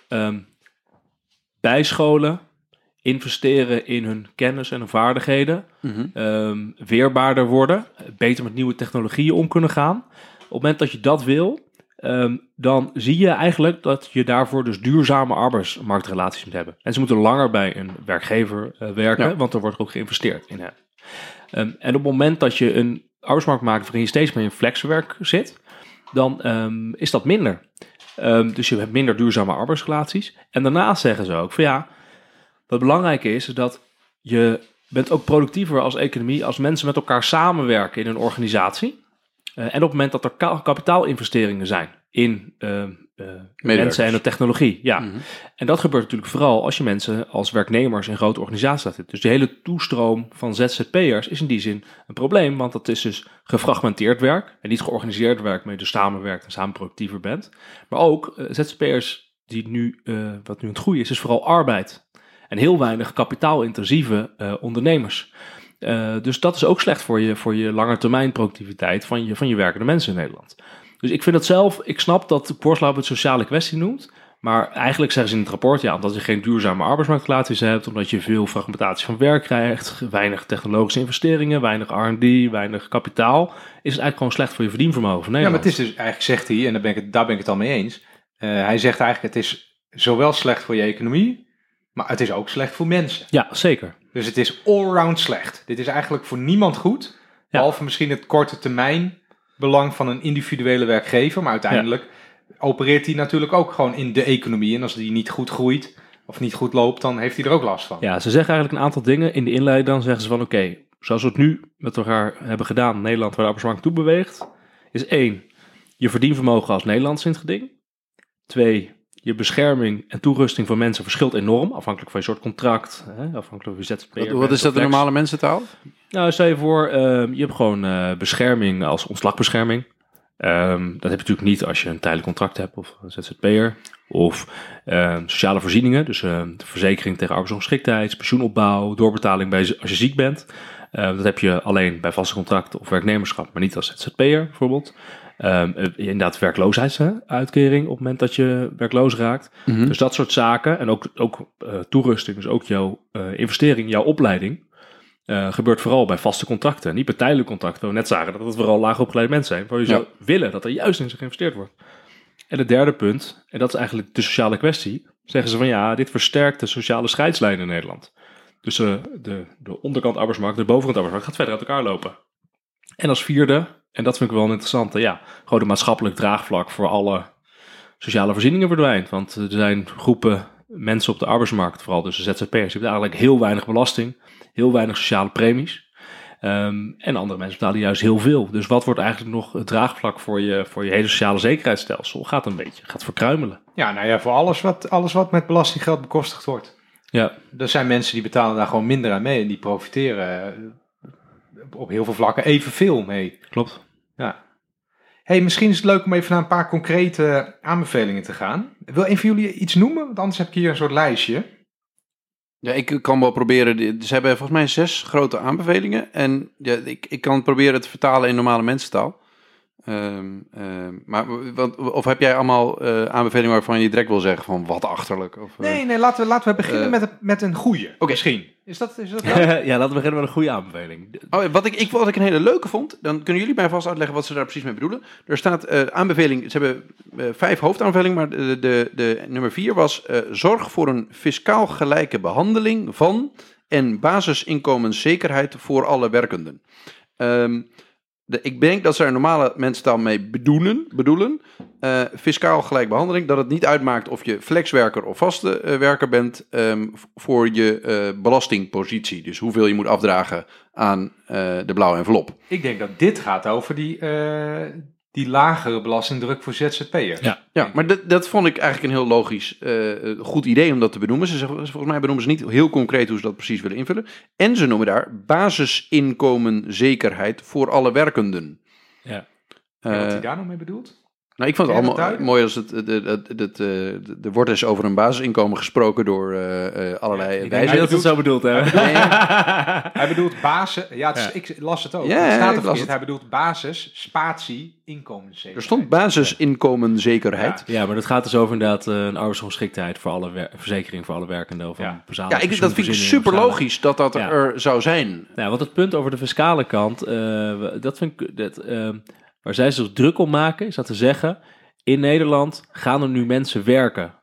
bijscholen, investeren in hun kennis en hun vaardigheden, weerbaarder worden, beter met nieuwe technologieën om kunnen gaan. Op het moment dat je dat wil, dan zie je eigenlijk dat je daarvoor dus duurzame arbeidsmarktrelaties moet hebben. En ze moeten langer bij een werkgever werken, want er wordt ook geïnvesteerd in hen. En op het moment dat je een arbeidsmarkt maakt waarin je steeds meer in flexwerk zit, dan is dat minder. Dus je hebt minder duurzame arbeidsrelaties. En daarnaast zeggen ze ook van wat belangrijk is dat je bent ook productiever als economie als mensen met elkaar samenwerken in een organisatie. En op het moment dat er kapitaalinvesteringen zijn in mensen en de technologie. Ja. Mm-hmm. En dat gebeurt natuurlijk vooral als je mensen als werknemers in grote organisaties laat zitten. Dus de hele toestroom van ZZP'ers is in die zin een probleem. Want dat is dus gefragmenteerd werk en niet georganiseerd werk, maar je dus samenwerkt en samen productiever bent. Maar ook ZZP'ers die wat nu aan het groeien is vooral arbeid. En heel weinig kapitaalintensieve ondernemers. Dus dat is ook slecht voor je langetermijn productiviteit van je werkende mensen in Nederland. Dus ik vind het zelf, ik snap dat Borslap het sociale kwestie noemt. Maar eigenlijk zeggen ze in het rapport, omdat je geen duurzame arbeidsmarktrelaties hebt, omdat je veel fragmentatie van werk krijgt, weinig technologische investeringen, weinig R&D, weinig kapitaal, is het eigenlijk gewoon slecht voor je verdienvermogen van Nederland. Ja, maar het is dus eigenlijk, zegt hij, en daar ben ik het al mee eens. Hij zegt eigenlijk, het is zowel slecht voor je economie, maar het is ook slecht voor mensen. Ja, zeker. Dus het is allround slecht. Dit is eigenlijk voor niemand goed. Behalve misschien het korte termijn belang van een individuele werkgever. Maar uiteindelijk opereert hij natuurlijk ook gewoon in de economie. En als die niet goed groeit of niet goed loopt, dan heeft hij er ook last van. Ja, ze zeggen eigenlijk een aantal dingen. In de inleiding dan zeggen ze van oké, zoals we het nu met elkaar hebben gedaan, Nederland waar de arbeidsmarkt toe beweegt, is 1, je verdienvermogen als Nederlands in het geding. 2, je bescherming en toerusting van mensen verschilt enorm, afhankelijk van je soort contract, afhankelijk van je ZZP'er. Wat is dat de normale mensentaal? Nou, stel je voor, je hebt gewoon bescherming als ontslagbescherming. Dat heb je natuurlijk niet als je een tijdelijk contract hebt of een ZZP'er. Of sociale voorzieningen, dus de verzekering tegen arbeidsongeschiktheid, pensioenopbouw, doorbetaling als je ziek bent. Dat heb je alleen bij vaste contracten of werknemerschap, maar niet als ZZP'er bijvoorbeeld. Inderdaad werkloosheidsuitkering op het moment dat je werkloos raakt. Mm-hmm. Dus dat soort zaken. En ook toerusting, dus ook jouw investering, jouw opleiding. Gebeurt vooral bij vaste contracten. Niet bij tijdelijke contracten. We net zagen dat het vooral laagopgeleide mensen zijn. Waar je zou willen dat er juist in zich geïnvesteerd wordt. En het derde punt, en dat is eigenlijk de sociale kwestie. Zeggen ze van dit versterkt de sociale scheidslijn in Nederland. Dus de onderkant arbeidsmarkt, de bovenkant arbeidsmarkt gaat verder uit elkaar lopen. En als vierde, en dat vind ik wel een interessante, gewoon de maatschappelijk draagvlak voor alle sociale voorzieningen verdwijnt. Want er zijn groepen mensen op de arbeidsmarkt, vooral dus de ZZP'ers, die hebben eigenlijk heel weinig belasting, heel weinig sociale premies. En andere mensen betalen juist heel veel. Dus wat wordt eigenlijk nog het draagvlak voor je hele sociale zekerheidsstelsel? Gaat verkruimelen. Ja, voor alles wat met belastinggeld bekostigd wordt. Ja. Er zijn mensen die betalen daar gewoon minder aan mee en die profiteren op heel veel vlakken evenveel mee. Klopt. Ja. Hey, misschien is het leuk om even naar een paar concrete aanbevelingen te gaan. Wil een van jullie iets noemen? Want anders heb ik hier een soort lijstje. Ja, ik kan wel proberen. Ze hebben volgens mij 6 grote aanbevelingen. En ik kan proberen te vertalen in normale mensentaal. Of heb jij allemaal aanbevelingen waarvan je direct wil zeggen van wat achterlijk? Of, Nee, laten we beginnen met een goeie. Misschien. Is dat Ja, laten we beginnen met een goede aanbeveling. Wat ik een hele leuke vond, dan kunnen jullie mij vast uitleggen wat ze daar precies mee bedoelen. Er staat aanbeveling, ze hebben 5 hoofdaanbevelingen, maar de nummer 4 was zorg voor een fiscaal gelijke behandeling van en basisinkomenszekerheid voor alle werkenden. Ik denk dat ze er normale mensen dan mee bedoelen. Fiscaal gelijk behandeling. Dat het niet uitmaakt of je flexwerker of vaste werker bent voor je belastingpositie. Dus hoeveel je moet afdragen aan de blauwe envelop. Ik denk dat dit gaat over die lagere belastingdruk voor ZZP'ers. Ja, maar dat vond ik eigenlijk een heel logisch goed idee om dat te benoemen. Volgens mij benoemen ze niet heel concreet hoe ze dat precies willen invullen. En ze noemen daar basisinkomenzekerheid voor alle werkenden. Ja. Wat hij daar nou mee bedoelt? Nou, ik vond het allemaal mooi als er wordt eens over een basisinkomen gesproken door allerlei wijzen. Dat het zo bedoeld, hè? Hij bedoelt basis. Ja, ik las het ook. Ja, het staat er verkeerd. Hij bedoelt basis, spatie, inkomenszekerheid. Er stond basisinkomenzekerheid. Ja, maar dat gaat dus over inderdaad een arbeidsongeschiktheid voor alle verzekering voor alle werkenden. Of dat vind ik super logisch dat er zou zijn. Ja, want het punt over de fiscale kant, dat vind ik... waar zij zich druk om maken, is dat te zeggen, in Nederland gaan er nu mensen werken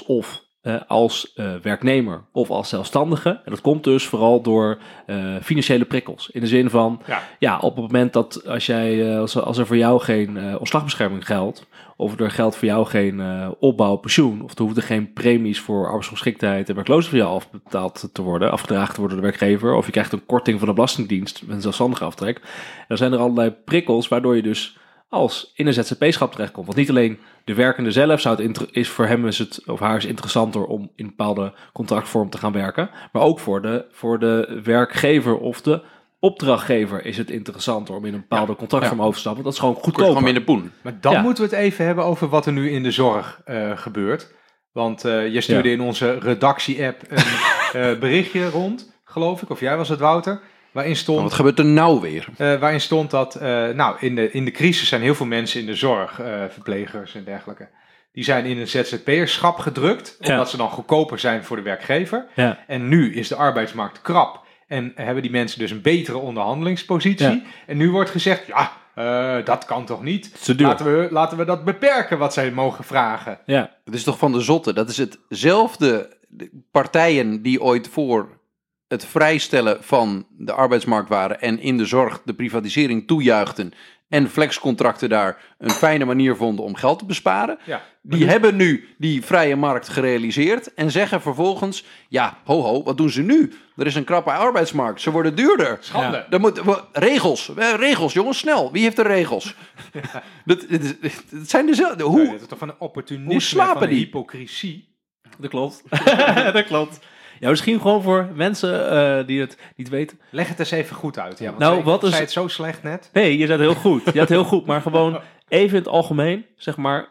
als werknemer of als zelfstandige. En dat komt dus vooral door financiële prikkels. In de zin van, op het moment dat als er voor jou geen ontslagbescherming geldt, of er geldt voor jou geen opbouw, pensioen, of er hoeven er geen premies voor arbeidsongeschiktheid en werkloosheid voor jou afgedragen te worden door de werkgever, of je krijgt een korting van de Belastingdienst met een zelfstandige aftrek. Dan zijn er allerlei prikkels waardoor je dus als in een ZZP-schap terechtkomt. Want niet alleen de werkende zelf is voor hem of haar is interessanter om in een bepaalde contractvorm te gaan werken, maar ook voor de werkgever of de opdrachtgever is het interessanter om in een bepaalde contractvorm over te stappen. Dat is gewoon goedkoper. Gewoon minder poen. Maar dan moeten we het even hebben over wat er nu in de zorg gebeurt. Want je stuurde in onze redactie-app een berichtje rond, geloof ik. Of jij was het, Wouter. Waarin stond, wat gebeurt er nou weer? Waarin stond dat in de crisis zijn heel veel mensen in de zorg, verplegers en dergelijke. Die zijn in een ZZP'erschap gedrukt, omdat ze dan goedkoper zijn voor de werkgever. Ja. En nu is de arbeidsmarkt krap en hebben die mensen dus een betere onderhandelingspositie. Ja. En nu wordt gezegd, dat kan toch niet? Laten we dat beperken wat zij mogen vragen. Ja. Het is toch van de zotte. Dat is hetzelfde partijen die ooit voor het vrijstellen van de arbeidsmarkt waren en in de zorg de privatisering toejuichten en flexcontracten daar een fijne manier vonden om geld te besparen. Ja, die hebben nu die vrije markt gerealiseerd en zeggen vervolgens, wat doen ze nu? Er is een krappe arbeidsmarkt, ze worden duurder. Schande. Regels jongens, snel. Wie heeft de regels? Dat zijn dezelfde. Hoe? Dat is toch van een opportunisme, van een hypocrisie. Dat klopt. Dat klopt. Ja, misschien gewoon voor mensen die het niet weten. Leg het eens even goed uit. Ja, want zei het zo slecht net? Nee, je zei het heel goed. Je had het heel goed, maar gewoon even in het algemeen, zeg maar.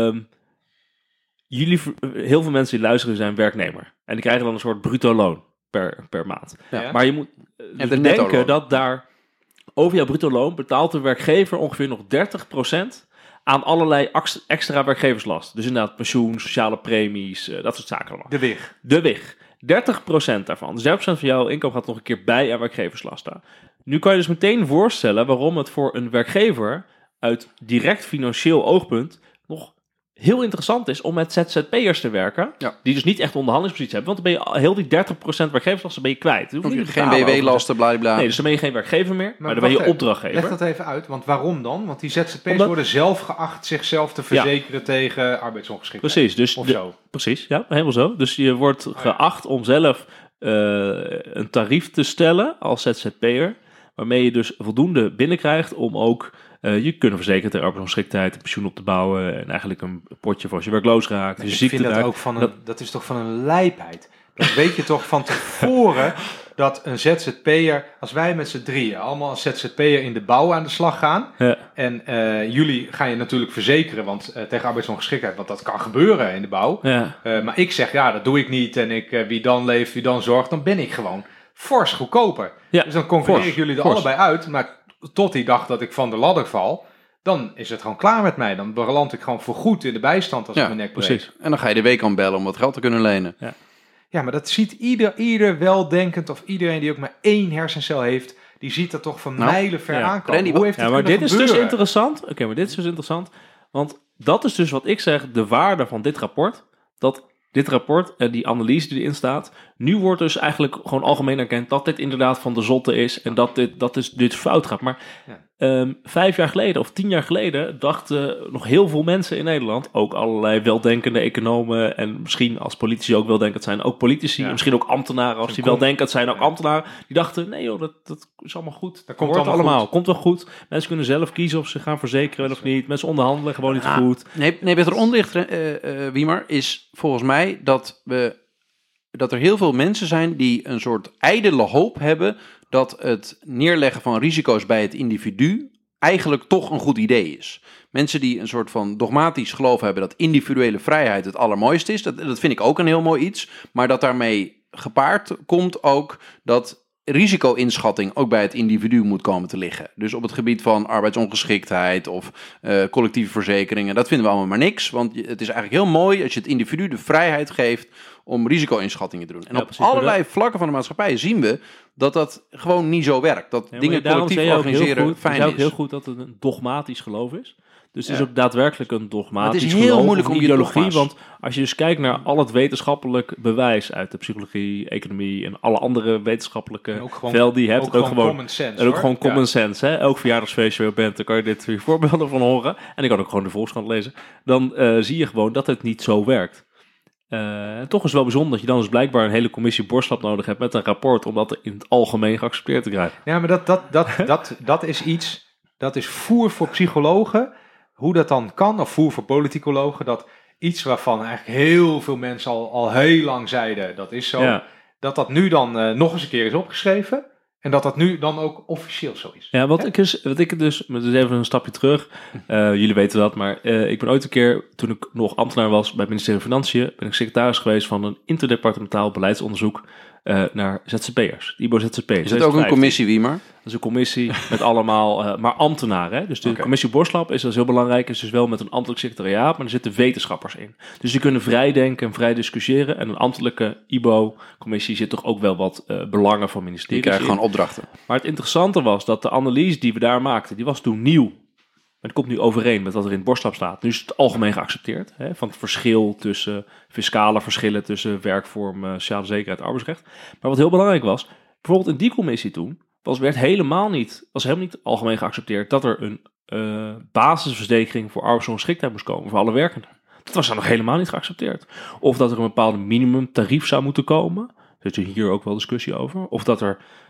Heel veel mensen die luisteren zijn werknemer. En die krijgen dan een soort bruto loon per maand. Ja. Maar je moet denken dat daar over jouw bruto loon betaalt de werkgever ongeveer nog 30% aan allerlei extra werkgeverslast. Dus inderdaad pensioen, sociale premies, dat soort zaken allemaal. De WIG. 30% daarvan. Dus 30% van jouw inkomen gaat nog een keer bij aan werkgeverslasten. Nu kan je dus meteen voorstellen waarom het voor een werkgever uit direct financieel oogpunt nog heel interessant is om met ZZP'ers te werken. Ja. Die dus niet echt onderhandelingspositie hebben. Want dan ben je heel die 30% werkgeverslasten ben je kwijt. Geen BW-lasten, blablabla. Nee, dus dan ben je geen werkgever meer, maar dan ben je opdrachtgever. Leg dat even uit, want waarom dan? Want die ZZP'ers worden zelf geacht zichzelf te verzekeren tegen arbeidsongeschiktheid. Precies, dus precies, ja, helemaal zo. Dus je wordt geacht om zelf een tarief te stellen als ZZP'er, waarmee je dus voldoende binnenkrijgt om ook je kunnen verzekeren tegen arbeidsongeschiktheid, een pensioen op te bouwen en eigenlijk een potje voor als je werkloos raakt. Dus ik vind dat ook dat is toch van een lijpheid. Dat weet je toch van tevoren dat een ZZP'er, als wij met z'n drieën allemaal als ZZP'er in de bouw aan de slag gaan. Ja. En jullie gaan je natuurlijk verzekeren tegen arbeidsongeschiktheid, want dat kan gebeuren in de bouw. Ja. Maar ik zeg, dat doe ik niet en wie dan leeft, wie dan zorgt, dan ben ik gewoon fors goedkoper. Ja. Dus dan concurreer ik jullie er allebei uit, maar tot die dag dat ik van de ladder val, dan is het gewoon klaar met mij. Dan beland ik gewoon voorgoed in de bijstand als ik mijn nek breek. Precies. En dan ga je de week aan bellen om wat geld te kunnen lenen. Ja, maar dat ziet ieder weldenkend of iedereen die ook maar 1 hersencel heeft, die ziet dat toch van mijlenver aankomen. Hoe heeft het maar dit gebeuren? is dus interessant. Oké, maar dit is dus interessant. Want dat is dus wat ik zeg, de waarde van dit rapport. Dat dit rapport en die analyse die erin staat, nu wordt dus eigenlijk gewoon algemeen erkend dat dit inderdaad van de zotte is en dat dit fout gaat. Maar 5 jaar geleden of 10 jaar geleden dachten nog heel veel mensen in Nederland, ook allerlei weldenkende economen en misschien als politici ook weldenkend zijn, ook politici, misschien ook ambtenaren als die weldenkend zijn, ook ambtenaren, die dachten, nee joh, dat is allemaal goed. Dat komt allemaal goed. Komt wel goed. Mensen kunnen zelf kiezen of ze gaan verzekeren of niet. Mensen onderhandelen gewoon niet goed. Nee, wat eronder ligt, Wiemer, is volgens mij dat er heel veel mensen zijn die een soort ijdele hoop hebben dat het neerleggen van risico's bij het individu eigenlijk toch een goed idee is. Mensen die een soort van dogmatisch geloof hebben dat individuele vrijheid het allermooiste is, dat vind ik ook een heel mooi iets, maar dat daarmee gepaard komt ook dat risico-inschatting ook bij het individu moet komen te liggen. Dus op het gebied van arbeidsongeschiktheid of collectieve verzekeringen, dat vinden we allemaal maar niks, want het is eigenlijk heel mooi als je het individu de vrijheid geeft om risico-inschattingen te doen. En op allerlei vlakken van de maatschappij zien we dat gewoon niet zo werkt. Dat dingen collectief organiseren fijn is. Het is ook heel goed dat het een dogmatisch geloof is. Dus het is ook daadwerkelijk een dogmatisch geloof. Het is heel moeilijk om ideologie, want als je dus kijkt naar al het wetenschappelijk bewijs uit de psychologie, economie en alle andere wetenschappelijke velden die je hebt, ook gewoon common sense. En ook gewoon common sense. Hè? Elk verjaardagsfeestje waar je bent, dan kan je dit 4 voorbeelden van horen. En ik kan ook gewoon de Volkskrant lezen. Dan zie je gewoon dat het niet zo werkt. En toch is het wel bijzonder dat je dan dus blijkbaar een hele commissie Borslap nodig hebt met een rapport om dat in het algemeen geaccepteerd te krijgen. Ja, maar dat is iets, dat is voer voor psychologen. Hoe dat dan kan, of voer voor politicologen, dat iets waarvan eigenlijk heel veel mensen al heel lang zeiden, dat is zo, dat nu dan nog eens een keer is opgeschreven en dat nu dan ook officieel zo is. Ja, wat ik dus even een stapje terug, jullie weten dat, maar ik ben ooit een keer, toen ik nog ambtenaar was bij het ministerie van Financiën, ben ik secretaris geweest van een interdepartementaal beleidsonderzoek naar ZZP'ers, IBO-ZZP. Is dat ook een commissie, Wiemer? Dat is een commissie met allemaal, maar ambtenaren. Hè? Dus de commissie Borslap is heel belangrijk. Is dus wel met een ambtelijk secretariaat, maar er zitten wetenschappers in. Dus die kunnen vrij denken en vrij discussiëren. En een ambtelijke IBO-commissie zit toch ook wel wat belangen van ministeries in. Die krijgen gewoon opdrachten. Maar het interessante was dat de analyse die we daar maakten, die was toen nieuw. Maar het komt nu overeen met wat er in het Borslap staat. Nu is het algemeen geaccepteerd. Hè, van het verschil tussen fiscale verschillen tussen werkvorm, sociale zekerheid en arbeidsrecht. Maar wat heel belangrijk was, bijvoorbeeld in die commissie toen, was helemaal niet algemeen geaccepteerd dat er een basisverzekering voor arbeidsongeschiktheid moest komen voor alle werkenden. Dat was dan nog helemaal niet geaccepteerd. Of dat er een bepaalde minimumtarief zou moeten komen. Er is hier ook wel discussie over. Of dat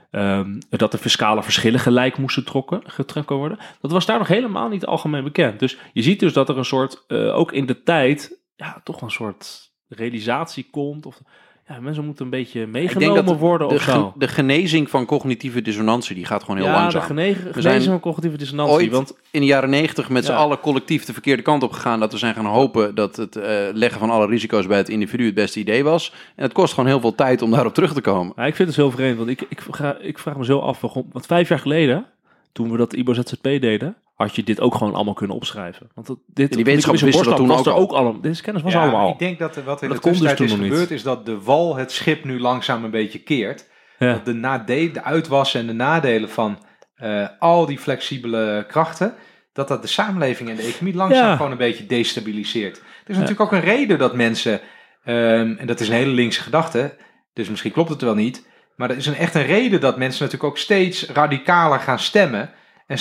de fiscale verschillen gelijk moesten getrokken worden. Dat was daar nog helemaal niet algemeen bekend. Dus je ziet dus dat er een soort, ook in de tijd, toch een soort realisatie komt. Of mensen moeten een beetje meegenomen worden of zo. De genezing van cognitieve dissonantie, die gaat gewoon heel langzaam. De genezing van cognitieve dissonantie. Ooit want in de jaren 90 met z'n allen collectief de verkeerde kant op gegaan, dat we zijn gaan hopen dat het leggen van alle risico's bij het individu het beste idee was. En het kost gewoon heel veel tijd om daarop terug te komen. Ja, ik vind het zo vreemd, want ik vraag me zo af, want 5 jaar geleden, toen we dat IBO-ZZP deden, had je dit ook gewoon allemaal kunnen opschrijven. Want die wetenschappers wisten dat toen ook al. Deze kennis was allemaal. Ik denk dat wat in de tussentijd is gebeurd, is dat de wal het schip nu langzaam een beetje keert. Ja. Dat de uitwassen en de nadelen van al die flexibele krachten, dat de samenleving en de economie langzaam gewoon een beetje destabiliseert. Er is natuurlijk ook een reden dat mensen, en dat is een hele linkse gedachte, dus misschien klopt het wel niet, maar er is echt een reden dat mensen natuurlijk ook steeds radicaler gaan stemmen en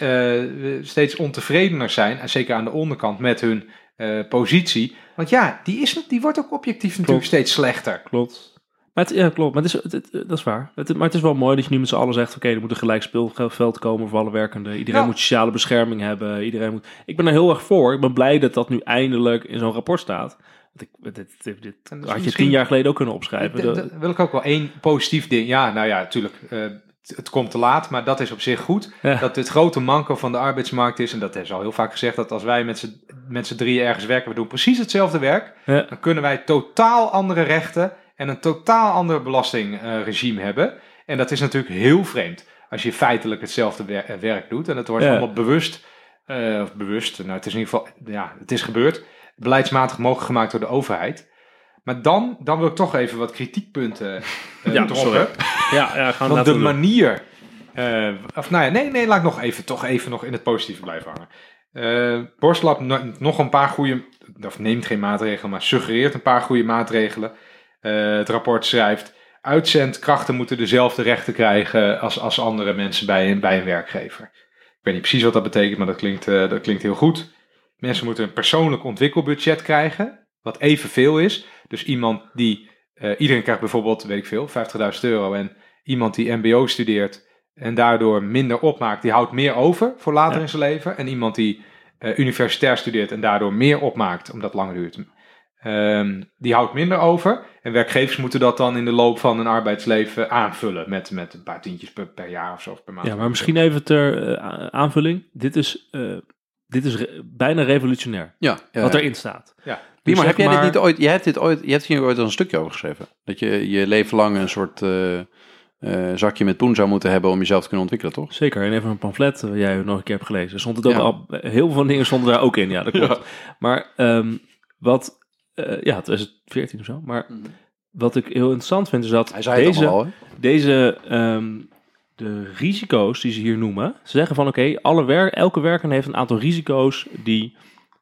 steeds ontevredener zijn, en zeker aan de onderkant met hun positie. Want die wordt ook objectief natuurlijk steeds slechter. Klopt. Klopt. Maar dat is waar. Maar het is wel mooi dat je nu met z'n allen zegt, oké, er moet een gelijk speelveld komen voor alle werkenden. Iedereen moet sociale bescherming hebben. Ik ben er heel erg voor. Ik ben blij dat dat nu eindelijk in zo'n rapport staat. Dit had je 10 jaar geleden ook kunnen opschrijven. Dat wil ik ook wel één positief ding. Ja, nou ja, natuurlijk. Het komt te laat, maar dat is op zich goed. Ja. Dat het grote manko van de arbeidsmarkt is, en dat is al heel vaak gezegd, dat als wij met z'n drieën ergens werken, we doen precies hetzelfde werk, dan kunnen wij totaal andere rechten en een totaal ander belastingregime hebben. En dat is natuurlijk heel vreemd als je feitelijk hetzelfde werk doet. En dat wordt allemaal bewust of bewust, nou het is in ieder geval, het is gebeurd, beleidsmatig mogelijk gemaakt door de overheid. Maar dan wil ik toch even wat kritiekpunten droppen. Gaan want de manier, laat ik nog in het positieve blijven hangen. Borslab nog een paar goede, of neemt geen maatregelen, maar suggereert een paar goede maatregelen. Het rapport schrijft, uitzendkrachten moeten dezelfde rechten krijgen als andere mensen bij een werkgever. Ik weet niet precies wat dat betekent, maar dat klinkt heel goed. Mensen moeten een persoonlijk ontwikkelbudget krijgen, wat evenveel is. Dus iemand die, iedereen krijgt bijvoorbeeld, weet ik veel, €50.000. En iemand die mbo studeert en daardoor minder opmaakt, die houdt meer over voor later in zijn leven. En iemand die universitair studeert en daardoor meer opmaakt, omdat het langer duurt, die houdt minder over. En werkgevers moeten dat dan in de loop van een arbeidsleven aanvullen met een paar tientjes per jaar of zo, of per maand. Ja, maar misschien even ter aanvulling. Dit is bijna revolutionair. Wat erin staat. Ja. Dus maar heb jij dit niet ooit? Je hebt hier ooit al een stukje over geschreven. Dat je je leven lang een soort zakje met poen zou moeten hebben om jezelf te kunnen ontwikkelen, toch? Zeker. En even een pamflet jij nog een keer hebt gelezen. Stond het ook al, heel veel dingen stonden daar ook in. Ja, dat klopt. Ja. Maar 2014 of zo. Maar wat ik heel interessant vind is dat de risico's die ze hier noemen, ze zeggen van elke werker heeft een aantal risico's die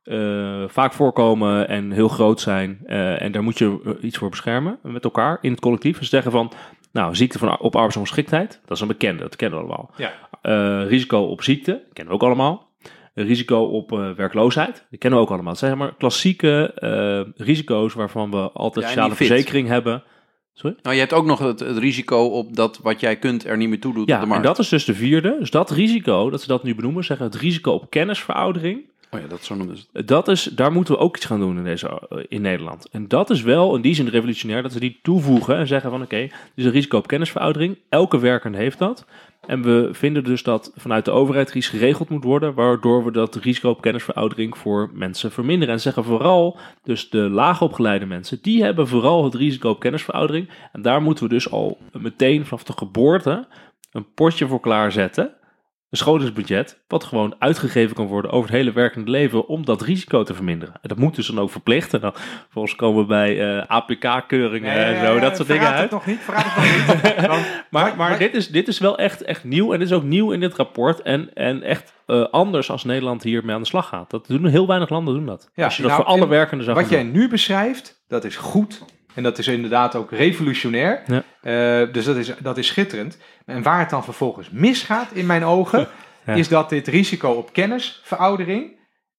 vaak voorkomen en heel groot zijn. En daar moet je iets voor beschermen met elkaar in het collectief. Ze zeggen van, ziekte op arbeidsongeschiktheid, dat is een bekende, dat kennen we allemaal. Ja. Risico op ziekte, kennen we ook allemaal. Risico op werkloosheid, die kennen we ook allemaal. Het zijn maar klassieke risico's waarvan we altijd sociale verzekering hebben. Sorry? Nou, je hebt ook nog het risico op dat wat jij kunt er niet meer toe doet op de markt. En dat is dus de vierde. Dus dat risico, dat ze dat nu benoemen, zeggen het risico op kennisveroudering. Oh ja, zo noemen ze het. Daar moeten we ook iets gaan doen in Nederland. En dat is wel in die zin revolutionair, dat ze die toevoegen en zeggen van dit is een risico op kennisveroudering. Elke werkende heeft dat. En we vinden dus dat vanuit de overheid iets geregeld moet worden, waardoor we dat risico op kennisveroudering voor mensen verminderen. En zeggen vooral, dus de laagopgeleide mensen, die hebben vooral het risico op kennisveroudering. En daar moeten we dus al meteen vanaf de geboorte een potje voor klaarzetten. Een scholingsbudget, wat gewoon uitgegeven kan worden over het hele werkende leven om dat risico te verminderen. En dat moet dus dan ook verplicht. En dan volgens komen we bij APK-keuringen en zo, dat soort dingen uit. Verraad het nog niet. Maar dit is wel echt nieuw en dit is ook nieuw in dit rapport en echt anders als Nederland hiermee aan de slag gaat. Dat doen heel weinig landen doen dat. Ja, als je dat voor alle werkenden zou wat jij nu beschrijft, dat is goed. En dat is inderdaad ook revolutionair. Ja. Dus dat is schitterend. En waar het dan vervolgens misgaat, in mijn ogen, is dat dit risico op kennisveroudering,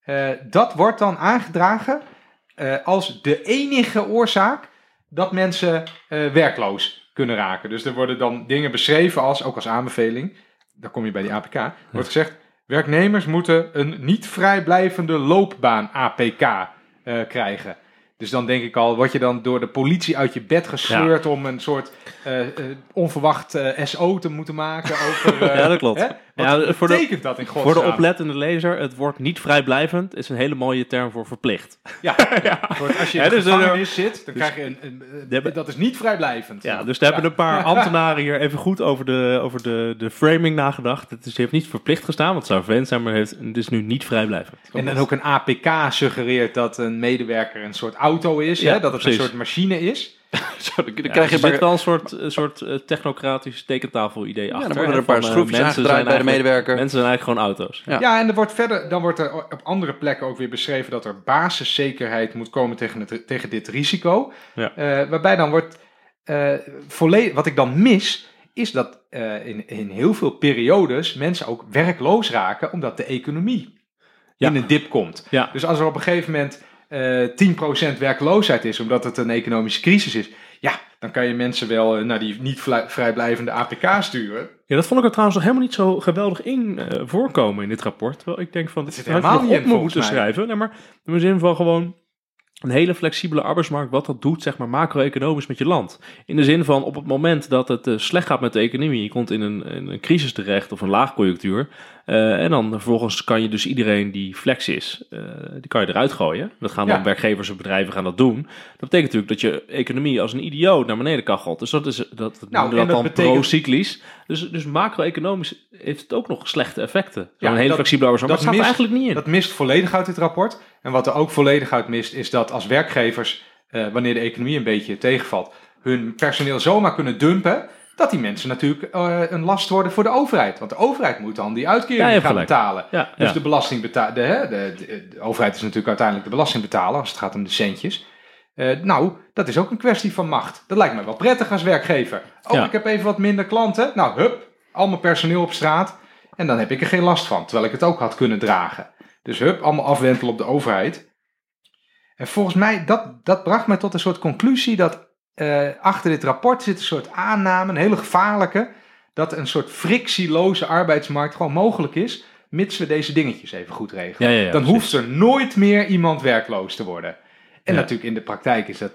dat wordt dan aangedragen als de enige oorzaak dat mensen werkloos kunnen raken. Dus er worden dan dingen beschreven ook als aanbeveling, daar kom je bij die APK, wordt gezegd, werknemers moeten een niet vrijblijvende loopbaan APK krijgen. Dus dan denk ik al, word je dan door de politie uit je bed gesleurd om een soort onverwacht SO te moeten maken over... ja, dat klopt. Wat betekent dat in godsnaam? Voor de oplettende lezer, het woord niet vrijblijvend is een hele mooie term voor verplicht. Ja. Als je in de gevangenis zit, dan krijg je dat is niet vrijblijvend. Ja, dus daar hebben een paar ambtenaren hier even goed over de framing nagedacht. Het heeft niet verplicht gestaan, want het zou vervelend zijn, maar het is nu niet vrijblijvend. En dan ook een APK suggereert dat een medewerker een soort auto is, dat het een soort machine is. Dan krijg je wel een soort technocratisch tekentafel-idee achter. Dan worden er een paar schroefjes aangedraaid bij de medewerker. Mensen zijn eigenlijk gewoon auto's. Ja, en dan wordt er op andere plekken ook weer beschreven dat er basiszekerheid moet komen tegen dit risico. Ja. Waarbij dan wordt volledig, wat ik dan mis, is dat in heel veel periodes mensen ook werkloos raken, omdat de economie in een dip komt. Ja. Dus als er op een gegeven moment 10% werkloosheid is, omdat het een economische crisis is, dan kan je mensen wel naar die niet vrijblijvende APK sturen. Ja, dat vond ik er trouwens nog helemaal niet zo geweldig in voorkomen in dit rapport. Terwijl ik denk van, dat zit helemaal niet in, moeten schrijven. Nee, maar in de zin van gewoon, een hele flexibele arbeidsmarkt, wat dat doet, zeg maar, macro-economisch met je land. In de zin van, op het moment dat het slecht gaat met de economie, je komt in een crisis terecht of een laagconjunctuur, en dan vervolgens kan je dus iedereen die flex is, die kan je eruit gooien. Dat gaan dan werkgevers en bedrijven gaan dat doen. Dat betekent natuurlijk dat je economie als een idioot naar beneden kachelt. Dus dat dan pro-cyclisch. Dus macro-economisch heeft het ook nog slechte effecten. Een hele flexibele arbeidsmarkt. Dat staat er eigenlijk niet in. Dat mist volledig uit dit rapport. En wat er ook volledig uit mist, is dat als werkgevers, wanneer de economie een beetje tegenvalt, hun personeel zomaar kunnen dumpen, dat die mensen natuurlijk een last worden voor de overheid. Want de overheid moet dan die uitkering gaan betalen. Ja, dus de de overheid is natuurlijk uiteindelijk de belastingbetaler als het gaat om de centjes. Dat is ook een kwestie van macht. Dat lijkt me wel prettig als werkgever. Ik heb even wat minder klanten. Nou, hup, al mijn personeel op straat. En dan heb ik er geen last van, terwijl ik het ook had kunnen dragen. Dus allemaal afwentelen op de overheid. En volgens mij, dat bracht mij tot een soort conclusie dat achter dit rapport zit een soort aanname, een hele gevaarlijke, dat een soort frictieloze arbeidsmarkt gewoon mogelijk is, mits we deze dingetjes even goed regelen. Dan hoeft er nooit meer iemand werkloos te worden. En natuurlijk in de praktijk is dat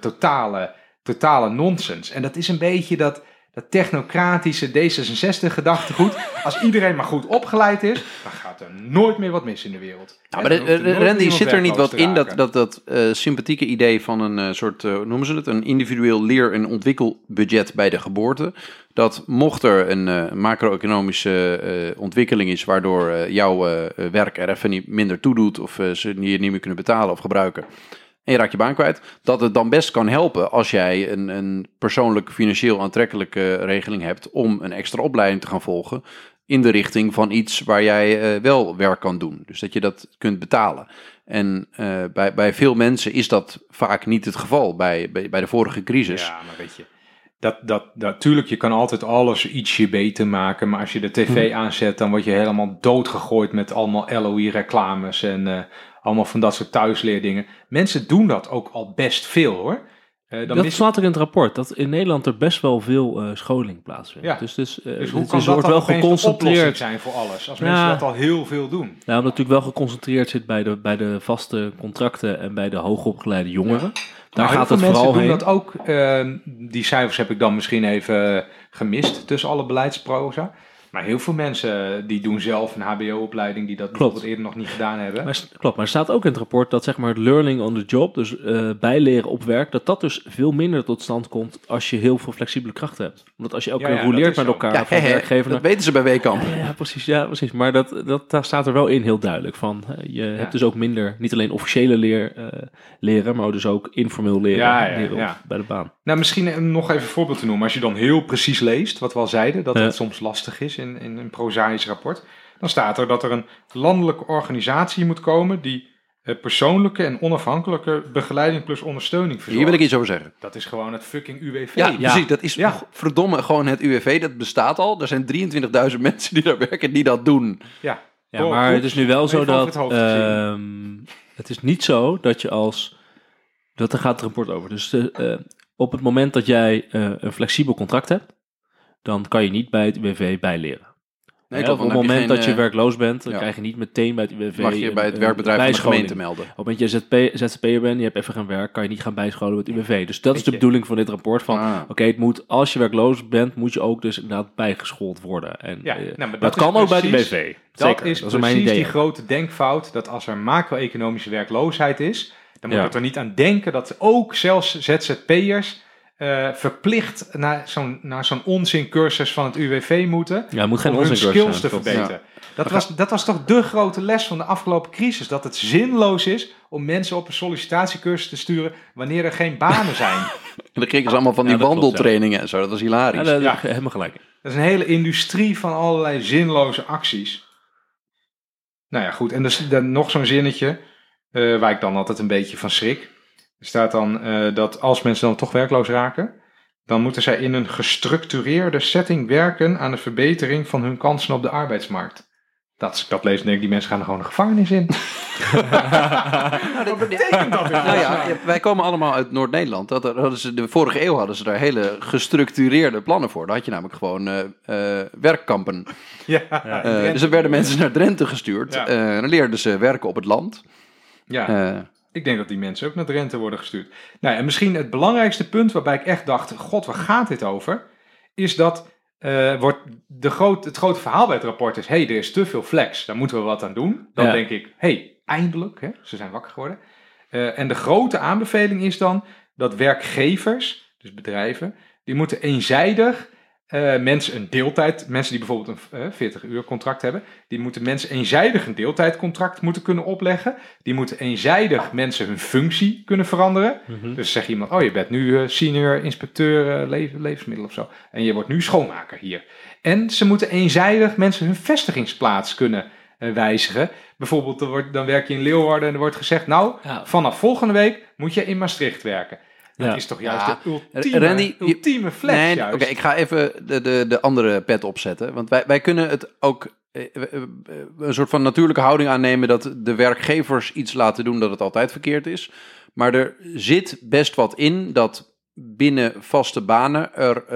totale nonsens. En dat is een beetje dat technocratische D66-gedachtegoed. Als iedereen maar goed opgeleid is, dan gaat er nooit meer wat mis in de wereld. Nou, maar Randy, zit er niet wat in dat sympathieke idee van een soort, noemen ze het, een individueel leer- en ontwikkelbudget bij de geboorte? Dat mocht er een macro-economische ontwikkeling is, waardoor jouw werk er even niet minder toe doet, of ze je niet meer kunnen betalen of gebruiken, en je raakt je baan kwijt, dat het dan best kan helpen als jij een persoonlijk financieel aantrekkelijke regeling hebt om een extra opleiding te gaan volgen in de richting van iets waar jij wel werk kan doen. Dus dat je dat kunt betalen. En bij veel mensen is dat vaak niet het geval bij de vorige crisis. Ja, maar weet je, natuurlijk, je kan altijd alles ietsje beter maken, maar als je de tv aanzet, dan word je helemaal doodgegooid met allemaal LOI-reclames en allemaal van dat soort thuisleerdingen. Mensen doen dat ook al best veel, hoor. Dat staat er in het rapport, dat in Nederland er best wel veel scholing plaatsvindt. Ja. Dus hoe kan dat dan opeens de oplossing zijn voor alles, als mensen dat al heel veel doen? Nou, omdat het natuurlijk wel geconcentreerd zit bij de vaste contracten en bij de hoogopgeleide jongeren. Ja. Daar gaat het vooral heen. Dat ook. Die cijfers heb ik dan misschien even gemist tussen alle beleidsproza. Maar heel veel mensen die doen zelf een hbo-opleiding die dat bijvoorbeeld eerder nog niet gedaan hebben. Maar er staat ook in het rapport dat zeg maar het learning on the job, dus bijleren op werk, dat dus veel minder tot stand komt als je heel veel flexibele krachten hebt. Omdat als je elke keer rouleert met elkaar van werkgever. Dat weten ze bij Weekamp. Ja, precies. Maar daar staat er wel in heel duidelijk van. Je hebt dus ook minder, niet alleen officiële leren, maar dus ook informeel leren bij de baan. Nou, misschien nog even een voorbeeld te noemen. Als je dan heel precies leest, wat we al zeiden, dat het soms lastig is in een prozaïsch rapport, dan staat er dat er een landelijke organisatie moet komen die persoonlijke en onafhankelijke begeleiding plus ondersteuning verzorgt. Hier wil ik iets over zeggen. Dat is gewoon het fucking UWV. Ja, precies. Dat is verdomme gewoon het UWV. Dat bestaat al. Er zijn 23.000 mensen die daar werken die dat doen. Ja, maar het is nu wel zo dat het is niet zo dat je daar gaat het rapport over. Dus op het moment dat jij een flexibel contract hebt, dan kan je niet bij het UWV bijleren. Nee, op het moment dat je werkloos bent, dan krijg je niet meteen bij het UWV mag je bij het werkbedrijf van de gemeente melden. Op het moment dat je ZZP'er bent, je hebt even geen werk, kan je niet gaan bijscholen met het UWV. Dus dat is de bedoeling van dit rapport. Het moet, als je werkloos bent, moet je ook dus inderdaad bijgeschoold worden. En maar dat kan ook bij het UWV. Dat is precies die grote denkfout, dat als er macro-economische werkloosheid is, dan moet je er niet aan denken dat ook zelfs ZZP'ers verplicht naar zo'n onzincursus van het UWV moeten. Ja, moet geen om hun skills te verbeteren. Dat was toch de grote les van de afgelopen crisis. Dat het zinloos is om mensen op een sollicitatiecursus te sturen wanneer er geen banen zijn. En dan kregen ze allemaal van die wandeltrainingen en zo. Dat was hilarisch. Ja, dat helemaal gelijk. Dat is een hele industrie van allerlei zinloze acties. Nou ja, goed. En dus dan nog zo'n zinnetje waar ik dan altijd een beetje van schrik. Er staat dan dat als mensen dan toch werkloos raken, dan moeten zij in een gestructureerde setting werken aan de verbetering van hun kansen op de arbeidsmarkt. Dat lees en denk ik, die mensen gaan er gewoon de gevangenis in. Wat betekent dat? Wij komen allemaal uit Noord-Nederland. De vorige eeuw hadden ze daar hele gestructureerde plannen voor. Dan had je namelijk gewoon werkkampen. Dus er werden mensen naar Drenthe gestuurd. Dan leerden ze werken op het land. Ik denk dat die mensen ook naar Drenthe worden gestuurd. Nou, en misschien het belangrijkste punt waarbij ik echt dacht, god, waar gaat dit over? Is dat het grote verhaal bij het rapport is, er is te veel flex, daar moeten we wat aan doen. Dan denk ik, eindelijk, ze zijn wakker geworden. En de grote aanbeveling is dan dat werkgevers, dus bedrijven, die moeten eenzijdig mensen die bijvoorbeeld een 40-uur contract hebben, die moeten mensen eenzijdig een deeltijdcontract moeten kunnen opleggen. Die moeten eenzijdig mensen hun functie kunnen veranderen. Mm-hmm. Dus zeg iemand, je bent nu senior inspecteur levensmiddelen of zo. En je wordt nu schoonmaker hier. En ze moeten eenzijdig mensen hun vestigingsplaats kunnen wijzigen. Bijvoorbeeld, dan werk je in Leeuwarden en er wordt gezegd, vanaf volgende week moet je in Maastricht werken. Dat is toch juist de ultieme flex. Nee, Oké, ik ga even de andere pet opzetten. Want wij kunnen het ook een soort van natuurlijke houding aannemen dat de werkgevers iets laten doen dat het altijd verkeerd is. Maar er zit best wat in dat binnen vaste banen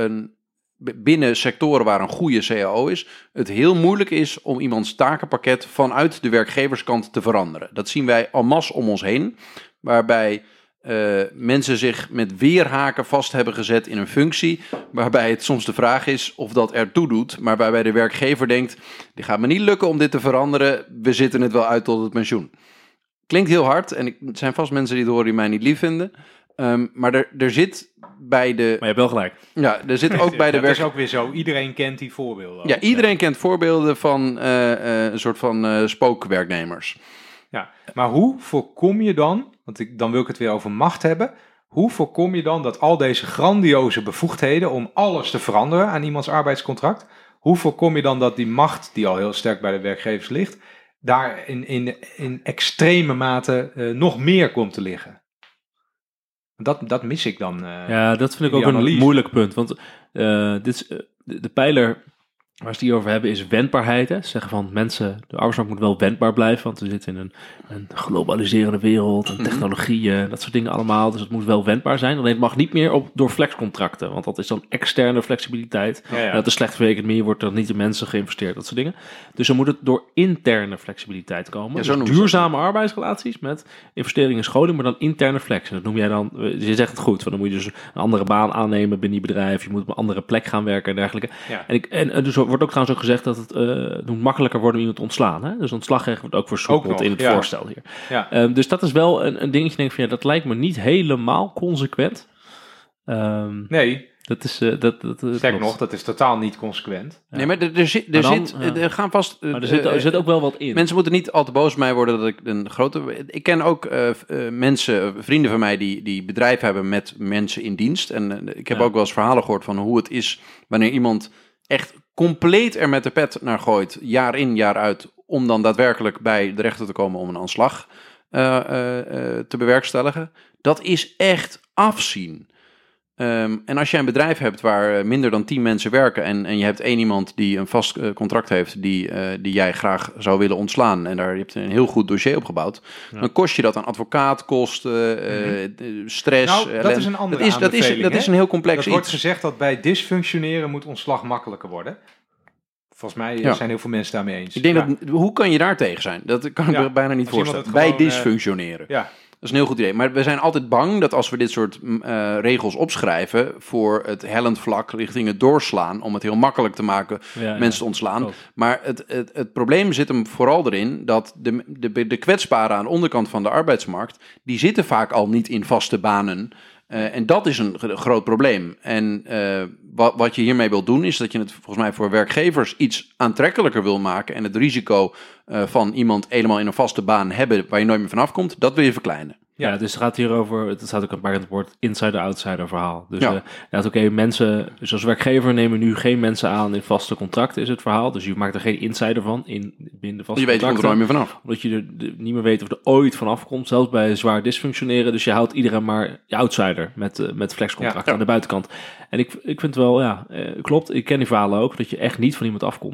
binnen sectoren waar een goede CAO is, het heel moeilijk is om iemands takenpakket vanuit de werkgeverskant te veranderen. Dat zien wij en masse om ons heen, waarbij mensen zich met weerhaken vast hebben gezet in een functie, waarbij het soms de vraag is of dat ertoe doet, maar waarbij de werkgever denkt, dit gaat me niet lukken om dit te veranderen, we zitten het wel uit tot het pensioen. Klinkt heel hard en er zijn vast mensen die het horen die mij niet lief vinden, maar er zit bij de... Maar je hebt wel gelijk. Ja, er zit ook bij de Dat is ook weer zo, iedereen kent die voorbeelden. Ook. Ja, iedereen kent voorbeelden van een soort van spookwerknemers. Ja, maar hoe voorkom je dan, want dan wil ik het weer over macht hebben, hoe voorkom je dan dat al deze grandioze bevoegdheden om alles te veranderen aan iemands arbeidscontract, hoe voorkom je dan dat die macht, die al heel sterk bij de werkgevers ligt, daar in extreme mate nog meer komt te liggen? Dat mis ik dan. Dat vind ik ook een moeilijk punt, want dit is, de pijler waar ze het hier over hebben is wendbaarheid. Hè? Zeggen van mensen, de arbeidsmarkt moet wel wendbaar blijven, want we zitten in een globaliserende wereld en technologieën, dat soort dingen allemaal. Dus het moet wel wendbaar zijn. Alleen het mag niet meer door flexcontracten, want dat is dan externe flexibiliteit. Ja. Dat is slecht verrekend, meer wordt er niet in mensen geïnvesteerd, dat soort dingen. Dus dan moet het door interne flexibiliteit komen. Ja, dus duurzame arbeidsrelaties met investeringen in scholing, maar dan interne flex. En dat noem jij dan, je zegt het goed, want dan moet je dus een andere baan aannemen binnen je bedrijf, je moet op een andere plek gaan werken en dergelijke. Ja. En dus wordt ook trouwens ook gezegd dat het moet makkelijker worden om iemand te ontslaan. Hè? Dus ontslagrecht wordt ook versoepeld in het voorstel hier. Ja. Dus dat is wel een dingetje, denk ik, dat lijkt me niet helemaal consequent. Nee. Dat is, sterker nog, dat is totaal niet consequent. Ja. Nee, maar er gaan vast... Maar er zit ook wel wat in. Mensen moeten niet al te boos op mij worden dat ik een grote... Ik ken ook vrienden van mij die bedrijven hebben met mensen in dienst. En ik heb ook wel eens verhalen gehoord van hoe het is wanneer iemand echt compleet er met de pet naar gooit, jaar in, jaar uit, om dan daadwerkelijk bij de rechter te komen om een aanslag te bewerkstelligen. Dat is echt afzien. En als jij een bedrijf hebt waar minder dan 10 mensen werken en je hebt één iemand die een vast contract heeft die jij graag zou willen ontslaan en daar je hebt een heel goed dossier opgebouwd, dan kost je dat aan advocaatkosten, stress. Nou, dat is een andere aanbeveling. Dat is een heel complex iets. Er wordt gezegd dat bij dysfunctioneren moet ontslag makkelijker worden. Volgens mij zijn heel veel mensen daarmee eens. Ik denk hoe kan je daar tegen zijn? Dat kan ik me bijna niet voorstellen. Bij dysfunctioneren. Dat is een heel goed idee. Maar we zijn altijd bang dat als we dit soort regels opschrijven voor het hellend vlak richting het doorslaan, om het heel makkelijk te maken mensen te ontslaan. Klopt. Maar het probleem zit hem vooral erin dat de kwetsbaren aan de onderkant van de arbeidsmarkt, die zitten vaak al niet in vaste banen. En dat is een groot probleem. En wat je hiermee wil doen, is dat je het volgens mij voor werkgevers iets aantrekkelijker wil maken en het risico van iemand helemaal in een vaste baan hebben waar je nooit meer vanaf komt, dat wil je verkleinen. Ja, dus het gaat hier over, het staat ook een paar in het woord insider-outsider verhaal. Dus mensen, dus als werkgever nemen nu geen mensen aan in vaste contracten, is het verhaal. Dus je maakt er geen insider van binnen de vaste contracten. Je weet er nooit meer vanaf. Omdat je er niet meer weet of er ooit vanaf komt, zelfs bij zwaar dysfunctioneren. Dus je houdt iedereen maar je outsider met flexcontracten aan de buitenkant. En ik vind wel, klopt, ik ken die verhalen ook, dat je echt niet van iemand afkomt.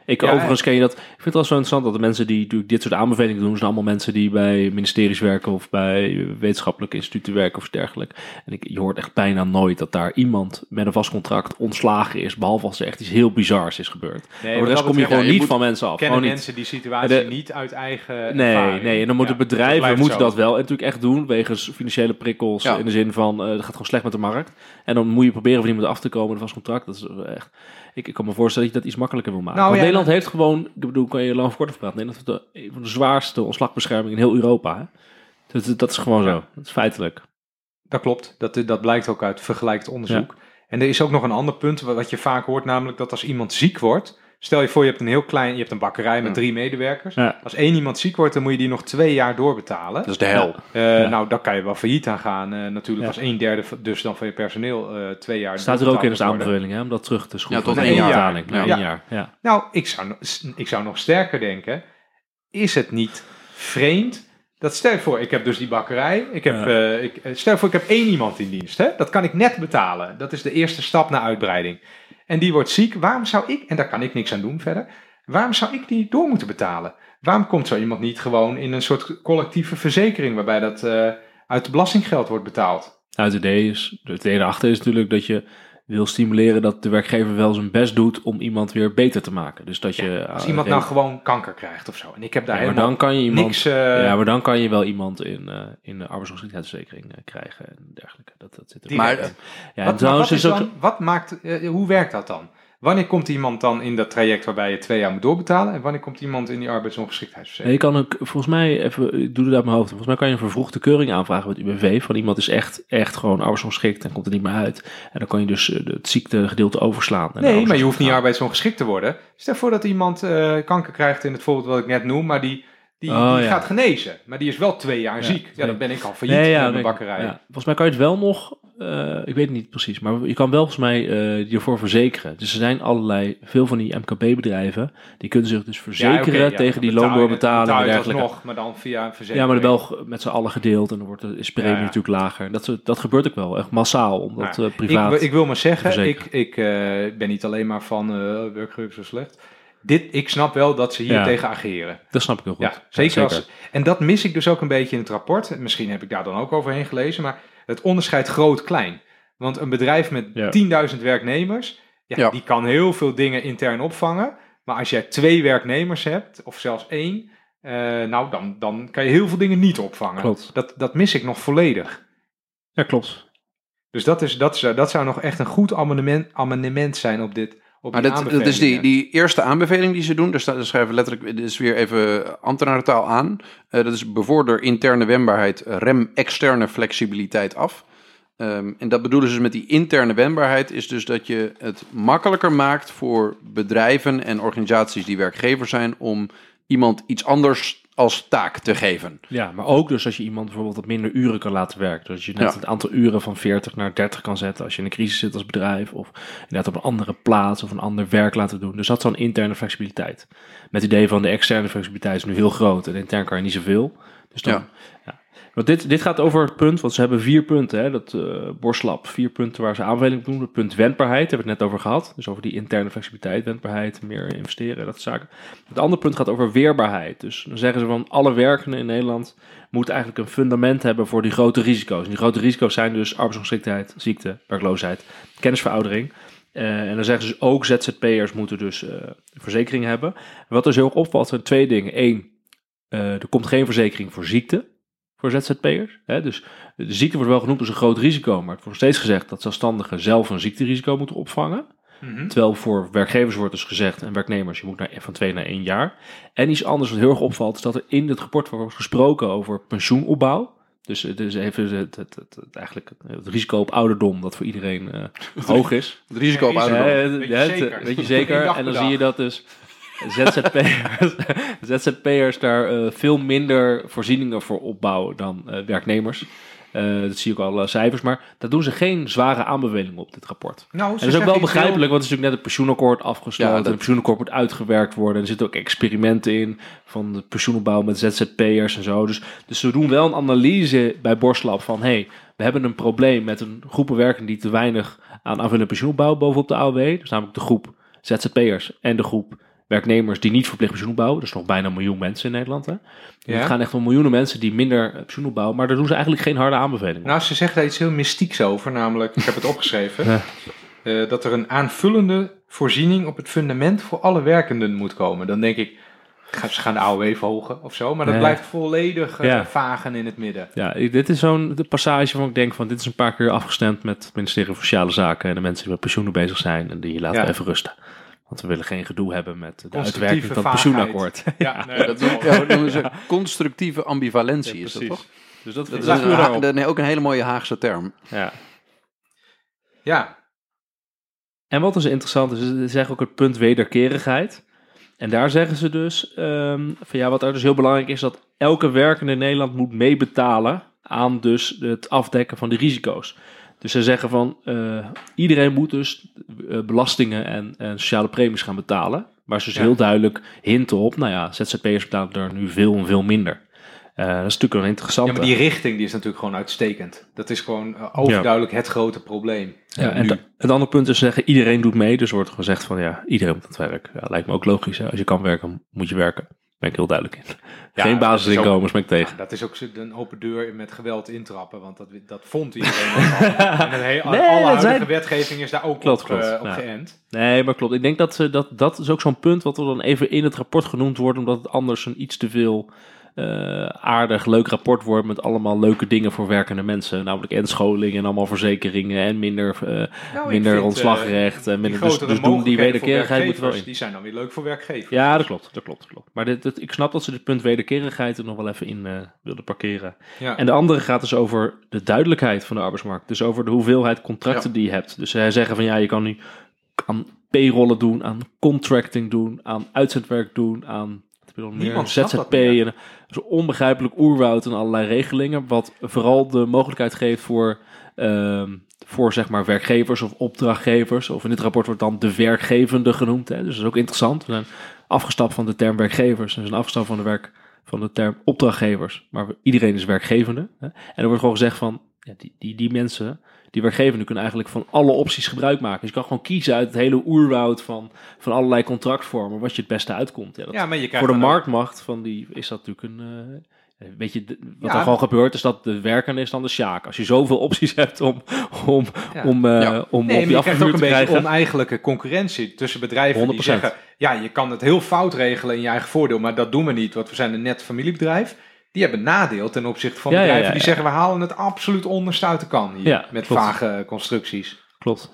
Overigens ken je dat. Ik vind het wel zo interessant dat de mensen die dit soort aanbevelingen doen, zijn allemaal mensen die bij ministeries werken of bij wetenschappelijke instituten werken of dergelijke. En je hoort echt bijna nooit dat daar iemand met een vast contract ontslagen is, behalve als er echt iets heel bizars is gebeurd. Nee, maar de rest kom je gewoon niet van mensen af. Kennen gewoon mensen die situatie niet uit eigen ervaring. Nee, en dan moeten bedrijven dat wel en natuurlijk echt doen, wegens financiële prikkels, in de zin van, het gaat gewoon slecht met de markt. En dan moet je proberen van iemand af te komen, een vast contract. Dat is echt... Ik kan me voorstellen dat je dat iets makkelijker wil maken. Want Nederland heeft gewoon, ik bedoel, kan je lang of kort over praten. Nederland heeft een van de zwaarste ontslagbescherming in heel Europa. Hè? Dat is gewoon zo. Dat is feitelijk. Dat klopt. Dat blijkt ook uit vergelijkend onderzoek. Ja. En er is ook nog een ander punt wat je vaak hoort, namelijk dat als iemand ziek wordt, stel je voor je hebt een bakkerij met 3 medewerkers. Ja. Als 1 iemand ziek wordt, dan moet je die nog 2 jaar doorbetalen. Dat is de hel. Nou, daar kan je wel failliet aan gaan. Natuurlijk als 1/3 dus dan van je personeel 2 jaar. Staat er ook in de aanbeveling, hè, om dat terug te schroeven. Tot 1 jaar. Betaling. Na 1 jaar. Ja. Nou, ik zou nog sterker denken. Is het niet vreemd? Dat stel je voor, ik heb dus die bakkerij. Stel je voor, ik heb 1 iemand in dienst. Hè? Dat kan ik net betalen. Dat is de eerste stap naar uitbreiding. En die wordt ziek. Waarom zou ik, en daar kan ik niks aan doen verder, waarom zou ik die door moeten betalen? Waarom komt zo iemand niet gewoon in een soort collectieve verzekering waarbij dat uit de belastinggeld wordt betaald? Nou, het idee erachter is natuurlijk dat je wil stimuleren dat de werkgever wel zijn best doet om iemand weer beter te maken. Dus dat je... Als iemand nou gewoon kanker krijgt of zo. En ik heb daar helemaal dan kan je iemand, niks... maar dan kan je wel iemand in de arbeidsongeschiktheidsverzekering krijgen en dergelijke. Dat zit er. Maar hoe werkt dat dan? Wanneer komt iemand dan in dat traject waarbij je 2 jaar moet doorbetalen? En wanneer komt iemand in die arbeidsongeschiktheidsverzekering? Je kan ook, volgens mij, ik doe het uit mijn hoofd. Volgens mij kan je een vervroegde keuring aanvragen met UWV. Van iemand is echt gewoon arbeidsongeschikt en komt er niet meer uit. En dan kan je dus het ziektegedeelte overslaan. Nee, maar je hoeft niet arbeidsongeschikt te worden. Stel voor dat iemand kanker krijgt in het voorbeeld wat ik net noem, maar die gaat genezen. Maar die is wel 2 jaar ziek. Ja, dan ben ik al failliet met mijn bakkerij. Ja. Volgens mij kan je het wel nog... ik weet het niet precies, maar je kan wel volgens mij je ervoor verzekeren. Dus er zijn veel van die MKB-bedrijven, die kunnen zich dus verzekeren tegen die loondoorbetaling en dergelijke. Nog, maar dan via een verzekering. Ja, maar wel met z'n allen gedeeld en dan wordt de premie natuurlijk lager. Dat gebeurt ook wel, echt massaal, omdat privaat... Ik wil maar zeggen, ik ben niet alleen maar van werkgeluk zo slecht. Ik snap wel dat ze hier tegen ageren. Dat snap ik heel goed. Ja, zeker. En dat mis ik dus ook een beetje in het rapport. Misschien heb ik daar dan ook overheen gelezen, maar het onderscheid groot-klein. Want een bedrijf met 10.000 werknemers, die kan heel veel dingen intern opvangen. Maar als jij 2 werknemers hebt, of zelfs 1, dan kan je heel veel dingen niet opvangen. Klopt. Dat mis ik nog volledig. Ja, klopt. Dus dat zou nog echt een goed amendement zijn op dit. Maar dat is die eerste aanbeveling die ze doen. Daar schrijven letterlijk, dit is weer even ambtenarentaal aan. Dat is bevorder interne wendbaarheid, rem externe flexibiliteit af. En dat bedoelen ze dus met die interne wendbaarheid is dus dat je het makkelijker maakt voor bedrijven en organisaties die werkgever zijn om iemand iets anders als taak te geven. Ja, maar ook dus als je iemand bijvoorbeeld wat minder uren kan laten werken. Dus je net het aantal uren van 40 naar 30 kan zetten als je in een crisis zit als bedrijf. Of inderdaad op een andere plaats of een ander werk laten doen. Dus dat is zo'n interne flexibiliteit. Met het idee van de externe flexibiliteit is nu heel groot en intern kan je niet zoveel. Dus dan... Ja. Want dit gaat over het punt, want ze hebben 4 punten, hè, dat Borslab, 4 punten waar ze aanbeveling op doen. Het punt wendbaarheid, hebben we het net over gehad. Dus over die interne flexibiliteit, wendbaarheid, meer investeren, dat soort zaken. Het andere punt gaat over weerbaarheid. Dus dan zeggen ze van alle werkenden in Nederland moeten eigenlijk een fundament hebben voor die grote risico's. En die grote risico's zijn dus arbeidsongeschiktheid, ziekte, werkloosheid, kennisveroudering. En dan zeggen ze dus ook ZZP'ers moeten dus verzekering hebben. Wat dus heel erg opvalt zijn 2 dingen. 1, er komt geen verzekering voor ziekte. Voor ZZP'ers. Dus de ziekte wordt wel genoemd als een groot risico, maar het wordt nog steeds gezegd dat zelfstandigen zelf een ziekterisico moeten opvangen. Mm-hmm. Terwijl voor werkgevers wordt dus gezegd en werknemers, je moet van 2 naar 1 jaar. En iets anders wat heel erg opvalt, is dat er in het rapport wordt gesproken over pensioenopbouw. Dus even eigenlijk het risico op ouderdom, dat voor iedereen hoog is. Het risico op ouderdom. Weet je zeker. En dan zie je dat dus ZZP'ers daar veel minder voorzieningen voor opbouwen dan werknemers. Dat zie ik al cijfers, maar daar doen ze geen zware aanbevelingen op, dit rapport. Nou, en dat is ook wel begrijpelijk, want het is natuurlijk net het pensioenakkoord afgesloten. Het pensioenakkoord moet uitgewerkt worden. Er zitten ook experimenten in van de pensioenopbouw met ZZP'ers en zo. Dus ze doen wel een analyse bij Borslab van, we hebben een probleem met een groepen werkenden die te weinig aan aanvullende pensioenopbouw bovenop de AOW. Dus namelijk de groep ZZP'ers en de groep werknemers die niet verplicht pensioen opbouwen. Dat is nog bijna 1 miljoen mensen in Nederland. Hè? Ja. Het gaan echt om miljoenen mensen die minder pensioen opbouwen. Maar daar doen ze eigenlijk geen harde aanbevelingen. Nou, ze zeggen daar iets heel mystieks over. Namelijk, ik heb het opgeschreven. Dat er een aanvullende voorziening op het fundament voor alle werkenden moet komen. Dan denk ik, ze gaan de AOW verhogen of zo. Maar dat blijft volledig vagen in het midden. Ja, dit is de passage waarvan ik denk van dit is een paar keer afgestemd met het ministerie van Sociale Zaken en de mensen die met pensioenen bezig zijn en die laten we even rusten. Want we willen geen gedoe hebben met de uitwerking van het pensioenakkoord. Dat noemen ze constructieve ambivalentie, is dat toch? Dus dat is ook een hele mooie Haagse term. Ja. En wat dus interessant is, ze zeggen ook het punt wederkerigheid. En daar zeggen ze dus, wat er dus heel belangrijk is, dat elke werkende in Nederland moet meebetalen aan dus het afdekken van de risico's. Dus ze zeggen van, iedereen moet dus belastingen en sociale premies gaan betalen. Maar ze dus heel duidelijk hinten op, ZZP'ers betalen er nu veel en veel minder. Dat is natuurlijk wel interessant. Ja, maar die richting die is natuurlijk gewoon uitstekend. Dat is gewoon overduidelijk het grote probleem. Ja, en het andere punt is zeggen, iedereen doet mee. Dus er wordt gezegd van, iedereen moet aan het werk. Ja, lijkt me ook logisch. Hè? Als je kan werken, moet je werken. Daar ben ik heel duidelijk in. Geen basisinkomens ben ik tegen. Dat is ook een open deur met geweld intrappen. Want dat vond iedereen al. En alle huidige wetgeving is daar ook op geënt. Nee, maar klopt. Ik denk dat is ook zo'n punt wat er dan even in het rapport genoemd wordt. Omdat het anders een iets te veel aardig, leuk rapport wordt met allemaal leuke dingen voor werkende mensen. Namelijk inscholing en allemaal verzekeringen en minder ontslagrecht. En minder, dus doen die wederkerigheid moet wel in. Die zijn dan weer leuk voor werkgevers. Ja, dat klopt. Maar ik snap dat ze dit punt wederkerigheid er nog wel even in wilden parkeren. Ja. En de andere gaat dus over de duidelijkheid van de arbeidsmarkt. Dus over de hoeveelheid contracten die je hebt. Dus zij zeggen van je kan nu aan payrollen doen, aan contracting doen, aan uitzendwerk doen, aan ZZP en zo onbegrijpelijk oerwoud en allerlei regelingen, wat vooral de mogelijkheid geeft voor zeg maar werkgevers of opdrachtgevers, of in dit rapport wordt dan de werkgevende genoemd, hè? Dus dat is ook interessant. We zijn afgestapt van de term werkgevers en we zijn afgestapt van de term opdrachtgevers, maar iedereen is werkgevende. Hè? En er wordt gewoon gezegd van, die mensen, die werkgevenden kunnen eigenlijk van alle opties gebruik maken. Dus je kan gewoon kiezen uit het hele oerwoud van allerlei contractvormen wat je het beste uitkomt. Ja, maar je krijgt voor de marktmacht van die is dat natuurlijk weet je, wat er gewoon gebeurt is dat de werkende is dan de sjaak. Als je zoveel opties hebt om op je krijgt ook een beetje oneigenlijke concurrentie tussen bedrijven 100%. Die zeggen, je kan het heel fout regelen in je eigen voordeel, maar dat doen we niet, want we zijn een net familiebedrijf. Die hebben nadeel ten opzichte van bedrijven die zeggen, we halen het absoluut onderste uit de kan hier, met vage constructies. Klopt.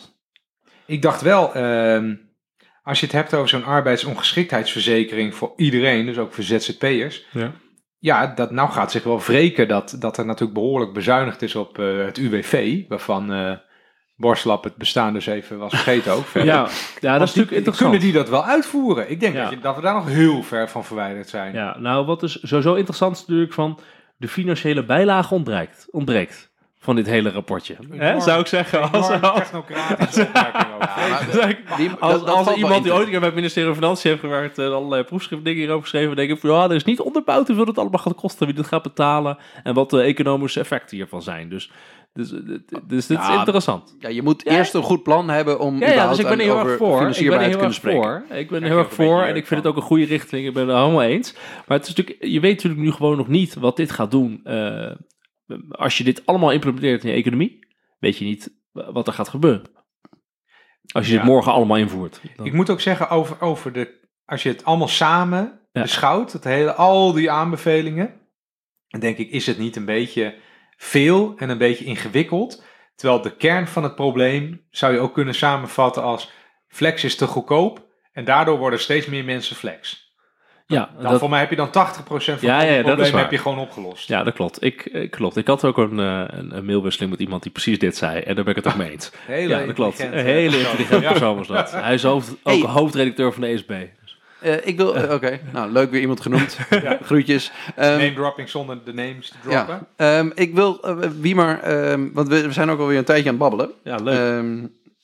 Ik dacht wel, als je het hebt over zo'n arbeidsongeschiktheidsverzekering voor iedereen, dus ook voor ZZP'ers, dat nou gaat zich wel wreken dat er natuurlijk behoorlijk bezuinigd is op het UWV, waarvan Borslap het bestaan dus even was vergeten ook. Dat is natuurlijk interessant. Kunnen die dat wel uitvoeren? Ik denk dat we daar nog heel ver van verwijderd zijn. Ja, nou wat is sowieso interessant is natuurlijk van de financiële bijlage ontbreekt van dit hele rapportje. Zou ik zeggen. Technocratische opmerking over. Als iemand die ooit bij het ministerie van Financiën heeft gewerkt en allerlei proefschriftdingen hierover geschreven, denk ik van er is niet onderbouwd hoeveel het allemaal gaat kosten, wie dit gaat betalen en wat de economische effecten hiervan zijn. Dus dit is interessant. Ja, je moet eerst een goed plan hebben om dus ik ben er heel erg voor. Ik ben er heel erg voor en ik vind het ook een goede richting. Ik ben het er helemaal eens. Maar het is natuurlijk, je weet natuurlijk nu gewoon nog niet wat dit gaat doen. Als je dit allemaal implementeert in je economie, weet je niet wat er gaat gebeuren. Als je dit morgen allemaal invoert. Dan. Ik moet ook zeggen, als je het allemaal samen beschouwt, al die aanbevelingen, dan denk ik, is het niet een beetje veel en een beetje ingewikkeld. Terwijl de kern van het probleem zou je ook kunnen samenvatten als flex is te goedkoop en daardoor worden steeds meer mensen flex. Voor mij heb je dan 80% van het probleem heb je gewoon opgelost. Ja, dat klopt. Ik had ook een mailwisseling met iemand die precies dit zei. En daar ben ik het ook mee eens. Dat klopt. Een hele intelligente persoon was dat. Hij is ook hoofdredacteur van de ESB. Ik wil... leuk weer iemand genoemd. Groetjes. Name dropping zonder de names te droppen. Ik wil... Wiemer... want we zijn ook alweer een tijdje aan het babbelen. Ja, leuk.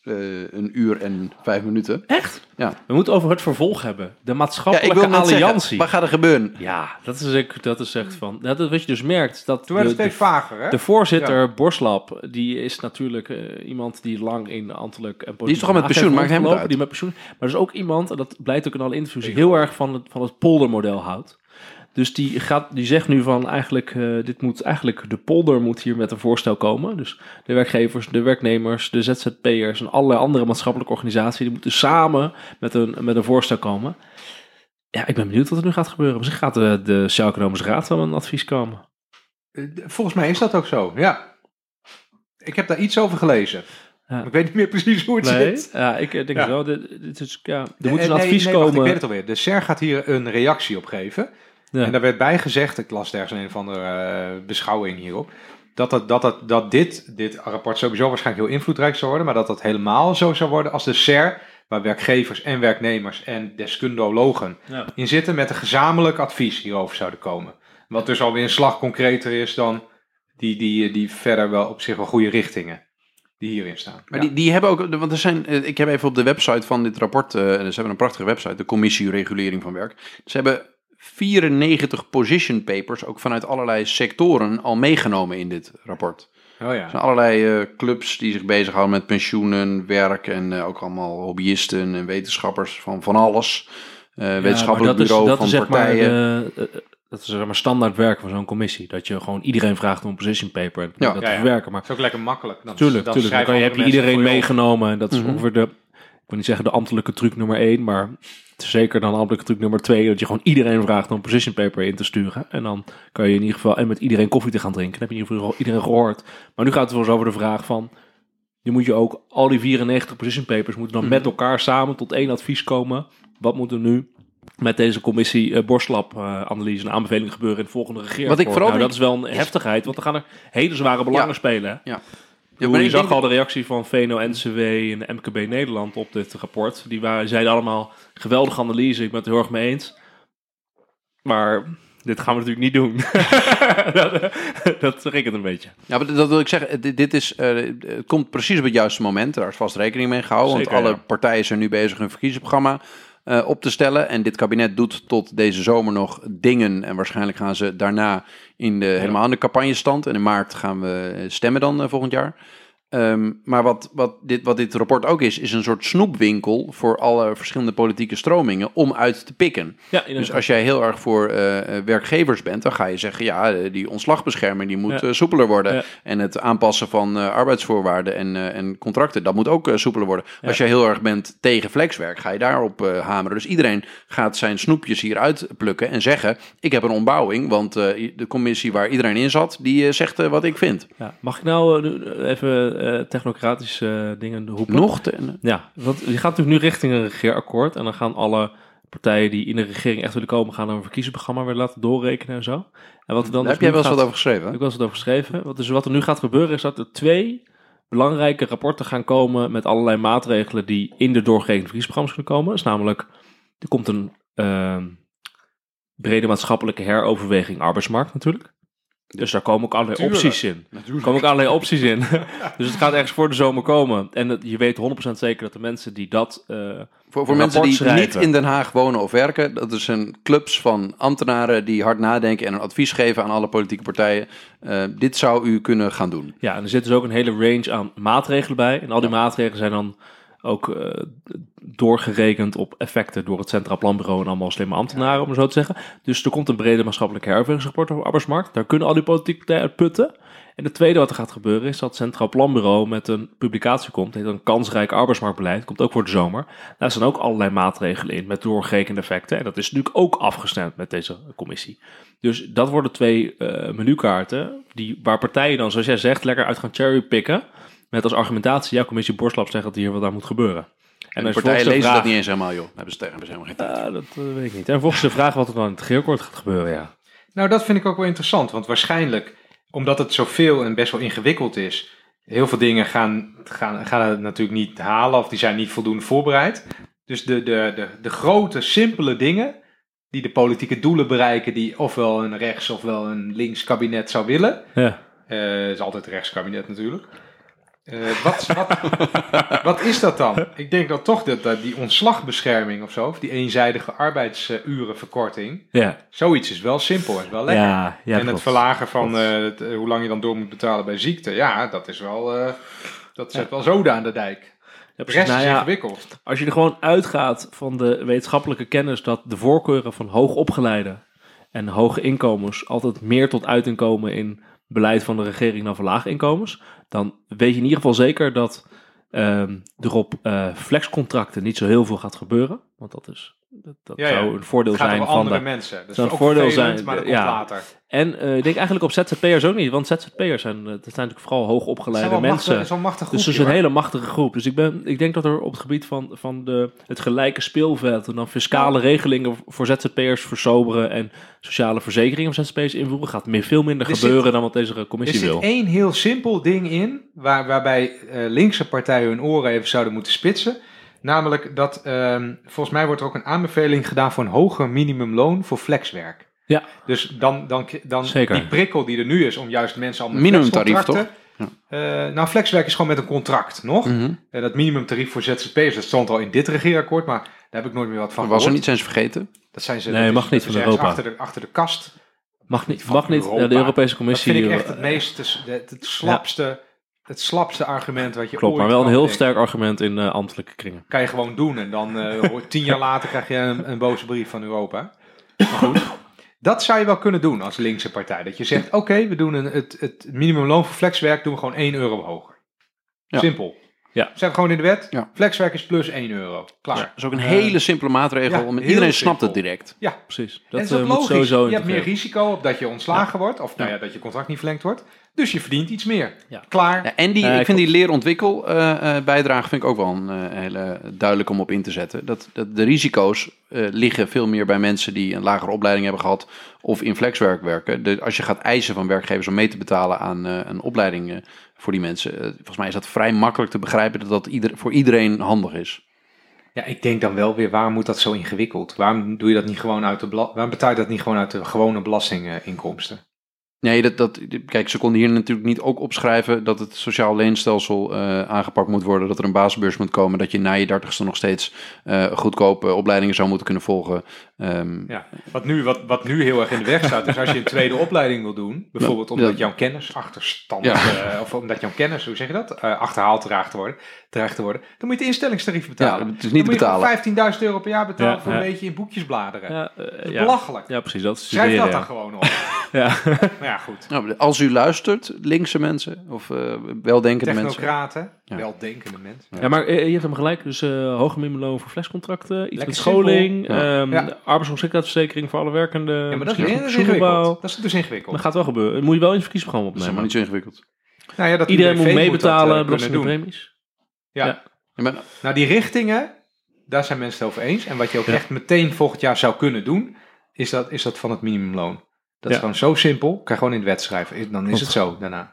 1 uur en 5 minuten. Echt? Ja. We moeten over het vervolg hebben. De maatschappelijke ik wil net alliantie. zeggen, wat gaat er gebeuren? Ja, dat is echt van... Dat wat je dus merkt, dat Toen werd het steeds vager, hè? de voorzitter, Borslap, die is natuurlijk iemand die lang in ambtelijk en politiek... Die is toch al met pensioen, maakt hem uit. Die met pensioen. Maar er is ook iemand, en dat blijkt ook in alle interviews, die heel erg van het poldermodel houdt. Dus die zegt nu van de polder moet hier met een voorstel komen. Dus de werkgevers, de werknemers, de ZZP'ers en allerlei andere maatschappelijke organisaties, die moeten samen met een voorstel komen. Ja, ik ben benieuwd wat er nu gaat gebeuren. Misschien gaat de Sociaal-Economische Raad wel met een advies komen. Volgens mij is dat ook zo, ja. Ik heb daar iets over gelezen. Ja. Ik weet niet meer precies hoe het zit. Ja, ik denk het wel. Er moet een advies komen. Wacht, ik weet het alweer. De SER gaat hier een reactie op geven. Ja. En daar werd bij gezegd, ik las ergens een of andere beschouwing hierop, dat dit rapport sowieso waarschijnlijk heel invloedrijk zou worden, maar dat helemaal zo zou worden als de SER, waar werkgevers en werknemers en deskundigen in zitten, met een gezamenlijk advies hierover zouden komen. Wat dus alweer een slag concreter is dan die verder wel op zich wel goede richtingen die hierin staan. Maar die hebben ook, want er zijn, ik heb even op de website van dit rapport, ze hebben een prachtige website, de Commissie Regulering van Werk. Ze hebben 94 position papers, ook vanuit allerlei sectoren, al meegenomen in dit rapport. Oh ja. Er zijn allerlei clubs die zich bezighouden met pensioenen, werk en ook allemaal hobbyisten en wetenschappers van alles. Wetenschappelijk bureau van partijen. Dat is zeg maar standaard werk van zo'n commissie. Dat je gewoon iedereen vraagt om een position paper en dat te verwerken. Maar dat is ook lekker makkelijk. Tuurlijk. Dan heb je iedereen meegenomen. En dat is ongeveer ik wil niet zeggen de ambtelijke truc nummer 1, maar het is zeker dan ambtelijke truc nummer 2, dat je gewoon iedereen vraagt om een position paper in te sturen. En dan kan je in ieder geval met iedereen koffie te gaan drinken. Dan heb je in ieder geval iedereen gehoord. Maar nu gaat het wel eens over de vraag van, je moet je ook al die 94 position papers moeten dan met elkaar samen tot 1 advies komen. Wat moet er nu met deze commissie Borslap-analyse en aanbeveling gebeuren in het volgende regeerakkoord? Dat is wel een heftigheid, want er gaan er hele zware belangen spelen. Hè? Ja. Je zag al de reactie van VNO-NCW en de MKB Nederland op dit rapport. Die zeiden allemaal, geweldige analyse, ik ben het heel erg mee eens. Maar dit gaan we natuurlijk niet doen. dat zeg ik het een beetje. Ja, maar dat wil ik zeggen. Het komt precies op het juiste moment. Daar is vast rekening mee gehouden. Zeker, want alle partijen zijn nu bezig hun verkiezingsprogramma op te stellen. En dit kabinet doet tot deze zomer nog dingen. En waarschijnlijk gaan ze daarna helemaal aan de campagnestand. En in maart gaan we stemmen dan volgend jaar. Maar wat dit rapport ook is een soort snoepwinkel voor alle verschillende politieke stromingen om uit te pikken. Ja, dus als jij heel erg voor werkgevers bent, dan ga je zeggen, die ontslagbescherming die moet soepeler worden. Ja. En het aanpassen van arbeidsvoorwaarden en contracten, dat moet ook soepeler worden. Ja. Als jij heel erg bent tegen flexwerk, ga je daarop hameren. Dus iedereen gaat zijn snoepjes hier uitplukken en zeggen, ik heb een ontbouwing, want de commissie waar iedereen in zat, die zegt wat ik vind. Ja. Mag ik nou even technocratische dingen roepen? Ja, want je gaat natuurlijk nu richting een regeerakkoord en dan gaan alle partijen die in de regering echt willen komen, gaan een verkiezingsprogramma weer laten doorrekenen en zo. En wat er dan Daar heb jij wel eens wat over geschreven? Heb ik wel eens wat over geschreven. Dus wat er nu gaat gebeuren is dat er 2 belangrijke rapporten gaan komen met allerlei maatregelen die in de doorgerekende verkiezingsprogramma's kunnen komen. Dus namelijk, er komt een brede maatschappelijke heroverweging arbeidsmarkt natuurlijk. Dus daar komen ook allerlei opties in. Dus het gaat ergens voor de zomer komen. En je weet 100% zeker dat de mensen die dat voor mensen die niet in Den Haag wonen of werken, dat is een clubs van ambtenaren die hard nadenken en een advies geven aan alle politieke partijen. Dit zou u kunnen gaan doen. Ja, en er zit dus ook een hele range aan maatregelen bij. En al die maatregelen zijn dan ook doorgerekend op effecten door het Centraal Planbureau en allemaal slimme ambtenaren, om het zo te zeggen. Dus er komt een brede maatschappelijke heroverwegingsrapport over arbeidsmarkt. Daar kunnen al die politieke partijen uit putten. En het tweede wat er gaat gebeuren is dat het Centraal Planbureau met een publicatie komt. Het heet een kansrijk arbeidsmarktbeleid. Komt ook voor de zomer. Daar staan ook allerlei maatregelen in met doorgerekende effecten. En dat is natuurlijk ook afgestemd met deze commissie. Dus dat worden 2 menukaarten waar partijen dan, zoals jij zegt, lekker uit gaan cherrypicken. Met als argumentatie, commissie Borslap zegt dat hier wat aan moet gebeuren. En de partijen lezen dat niet eens helemaal, joh. Hebben ze helemaal geen tijd. Dat weet ik niet. En volgens de vraag wat er dan in het regeerakkoord gaat gebeuren, ja. Nou, dat vind ik ook wel interessant. Want waarschijnlijk, omdat het zoveel en best wel ingewikkeld is, heel veel dingen gaan het natuurlijk niet halen of die zijn niet voldoende voorbereid. Dus de grote, simpele dingen die de politieke doelen bereiken, die ofwel een rechts ofwel een links kabinet zou willen. Ja. Het is altijd een rechtskabinet natuurlijk. Wat is dat dan? Ik denk dan toch dat die ontslagbescherming of zo, of die eenzijdige arbeidsurenverkorting, zoiets is wel simpel en wel lekker. Ja, en klopt. het verlagen van hoe lang je dan door moet betalen bij ziekte, dat is wel, dat zet wel zoden aan de dijk. Ja, de rest is ingewikkeld. Als je er gewoon uitgaat van de wetenschappelijke kennis dat de voorkeuren van hoogopgeleiden en hoge inkomens altijd meer tot uiting komen in beleid van de regering dan voor lage inkomens, dan weet je in ieder geval zeker dat er op flexcontracten niet zo heel veel gaat gebeuren. Want dat zou een voordeel het gaat zijn over van andere mensen. Dat is een ook voordeel vervelend, zijn, maar dat komt later. En ik denk eigenlijk op ZZP'ers ook niet, want ZZP'ers zijn natuurlijk vooral hoogopgeleide mensen. Dat is wel een machtige groep. Dus het is een hele machtige groep. Dus ik denk dat er op het gebied van het gelijke speelveld en dan fiscale regelingen voor ZZP'ers versoberen en sociale verzekeringen van ZZP'ers invoeren, gaat veel minder gebeuren dan wat deze commissie wil. Er zit één heel simpel ding in, waarbij linkse partijen hun oren even zouden moeten spitsen. Namelijk dat, volgens mij wordt er ook een aanbeveling gedaan voor een hoger minimumloon voor flexwerk. Ja. Dus dan Zeker. Die prikkel die er nu is om juist mensen al met minimumtarief toch? Nou, flexwerk is gewoon met een contract, nog. Mm-hmm. Dat minimumtarief voor ZZP'ers, dat stond al in dit regeerakkoord, maar daar heb ik nooit meer wat van Was er gehoord. niet, zijn ze vergeten? Dat zijn ze. Nee, mag niet van Europa. Achter de kast. Mag niet. Europa. De Europese Commissie. Dat vind ik echt het meest, het slapste... Het slapste argument wat je Klopt, ooit maar wel een heel denken. sterk argument in ambtelijke kringen. Kan je gewoon doen en dan 10 jaar later krijg je een boze brief van Europa. Maar goed, dat zou je wel kunnen doen als linkse partij. Dat je zegt, oké, we doen het minimumloon voor flexwerk doen we gewoon €1 hoger. Ja. Simpel. Ja. Zet gewoon in de wet, Ja. flexwerk is plus €1. Klaar. Dat is ook een hele simpele maatregel. ja, En heel iedereen snapt simpel. het direct. Ja, Precies. dat is Dat ook moet logisch. sowieso Je hebt meer integreren. risico op dat je ontslagen wordt. Of dat je contract niet verlengd wordt. Dus je verdient iets meer. Ja. Klaar. Ja, en ik vind die leerontwikkel bijdrage vind ik ook wel een hele duidelijk om op in te zetten. Dat de risico's liggen veel meer bij mensen die een lagere opleiding hebben gehad of in flexwerk werken. Als je gaat eisen van werkgevers om mee te betalen aan een opleiding voor die mensen, volgens mij is dat vrij makkelijk te begrijpen dat voor iedereen handig is. Ja, ik denk dan wel weer, waarom moet dat zo ingewikkeld? Waarom doe je dat niet gewoon waarom betaal je dat niet gewoon uit de gewone belastinginkomsten? Nee, kijk, ze konden hier natuurlijk niet ook opschrijven dat het sociaal leenstelsel aangepakt moet worden, dat er een basisbeurs moet komen, dat je na je 30ste nog steeds goedkope opleidingen zou moeten kunnen volgen. Wat nu heel erg in de weg staat, is als je een tweede opleiding wil doen, bijvoorbeeld omdat jouw kennis achterstand, of omdat jouw kennis, hoe zeg je dat, achterhaald dreigt te worden, dan moet je het instellingstarief betalen. Ja, het is niet dan betalen. Moet je €15.000 per jaar betalen voor een beetje in boekjes bladeren. Dat is belachelijk. Ja, precies. Dat Schrijf dat dan gewoon op. Ja. Maar ja, goed. Nou, als u luistert, linkse mensen of weldenkende mensen. Technocraten, weldenkende mensen. Ja, maar je hebt hem gelijk. Dus hoger minimumloon voor flexcontracten, iets Lekker met scholing, simpel. arbeidsongeschiktheidsverzekering voor alle werkenden. Ja, maar dat misschien is pensioenopbouw. ingewikkeld. Dat is dus ingewikkeld. Dat gaat wel gebeuren. Dat moet je wel in het verkiezingsprogramma Dat is helemaal opnemen. niet zo ingewikkeld. Nou ja, dat Iedereen moet UWV meebetalen, dat, belasting en kunnen doen. premies. Ja. Ja. Ja, maar, Nou, die richtingen, daar zijn mensen het over eens. En wat je ook echt meteen volgend jaar zou kunnen doen, is dat van het minimumloon. Dat is gewoon zo simpel. Kan je gewoon in de wet schrijven. Dan is het zo daarna.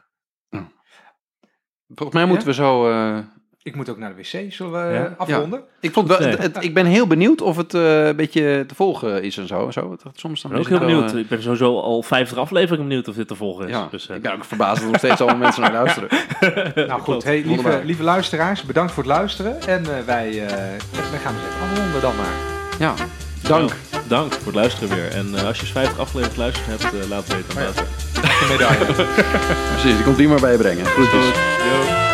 volgens mij moeten we zo... Ik moet ook naar de wc. Zullen we afronden? Ik ben heel benieuwd of het een beetje te volgen is en zo. Soms dan Ik ben ook heel benieuwd. Ik ben sowieso al 50 afleveringen benieuwd of dit te volgen is. Ja, Dus, ik ben ook verbaasd dat er nog steeds allemaal mensen naar luisteren. Nou goed, hey, lieve luisteraars, bedankt voor het luisteren. En wij gaan dus even afronden dan maar. Ja, dank voor het luisteren weer. En als je 50 afleveringen geluisterd hebt, laat het weten. Een medaille. precies. Die komt hier maar bij je brengen. Groetjes. Yo.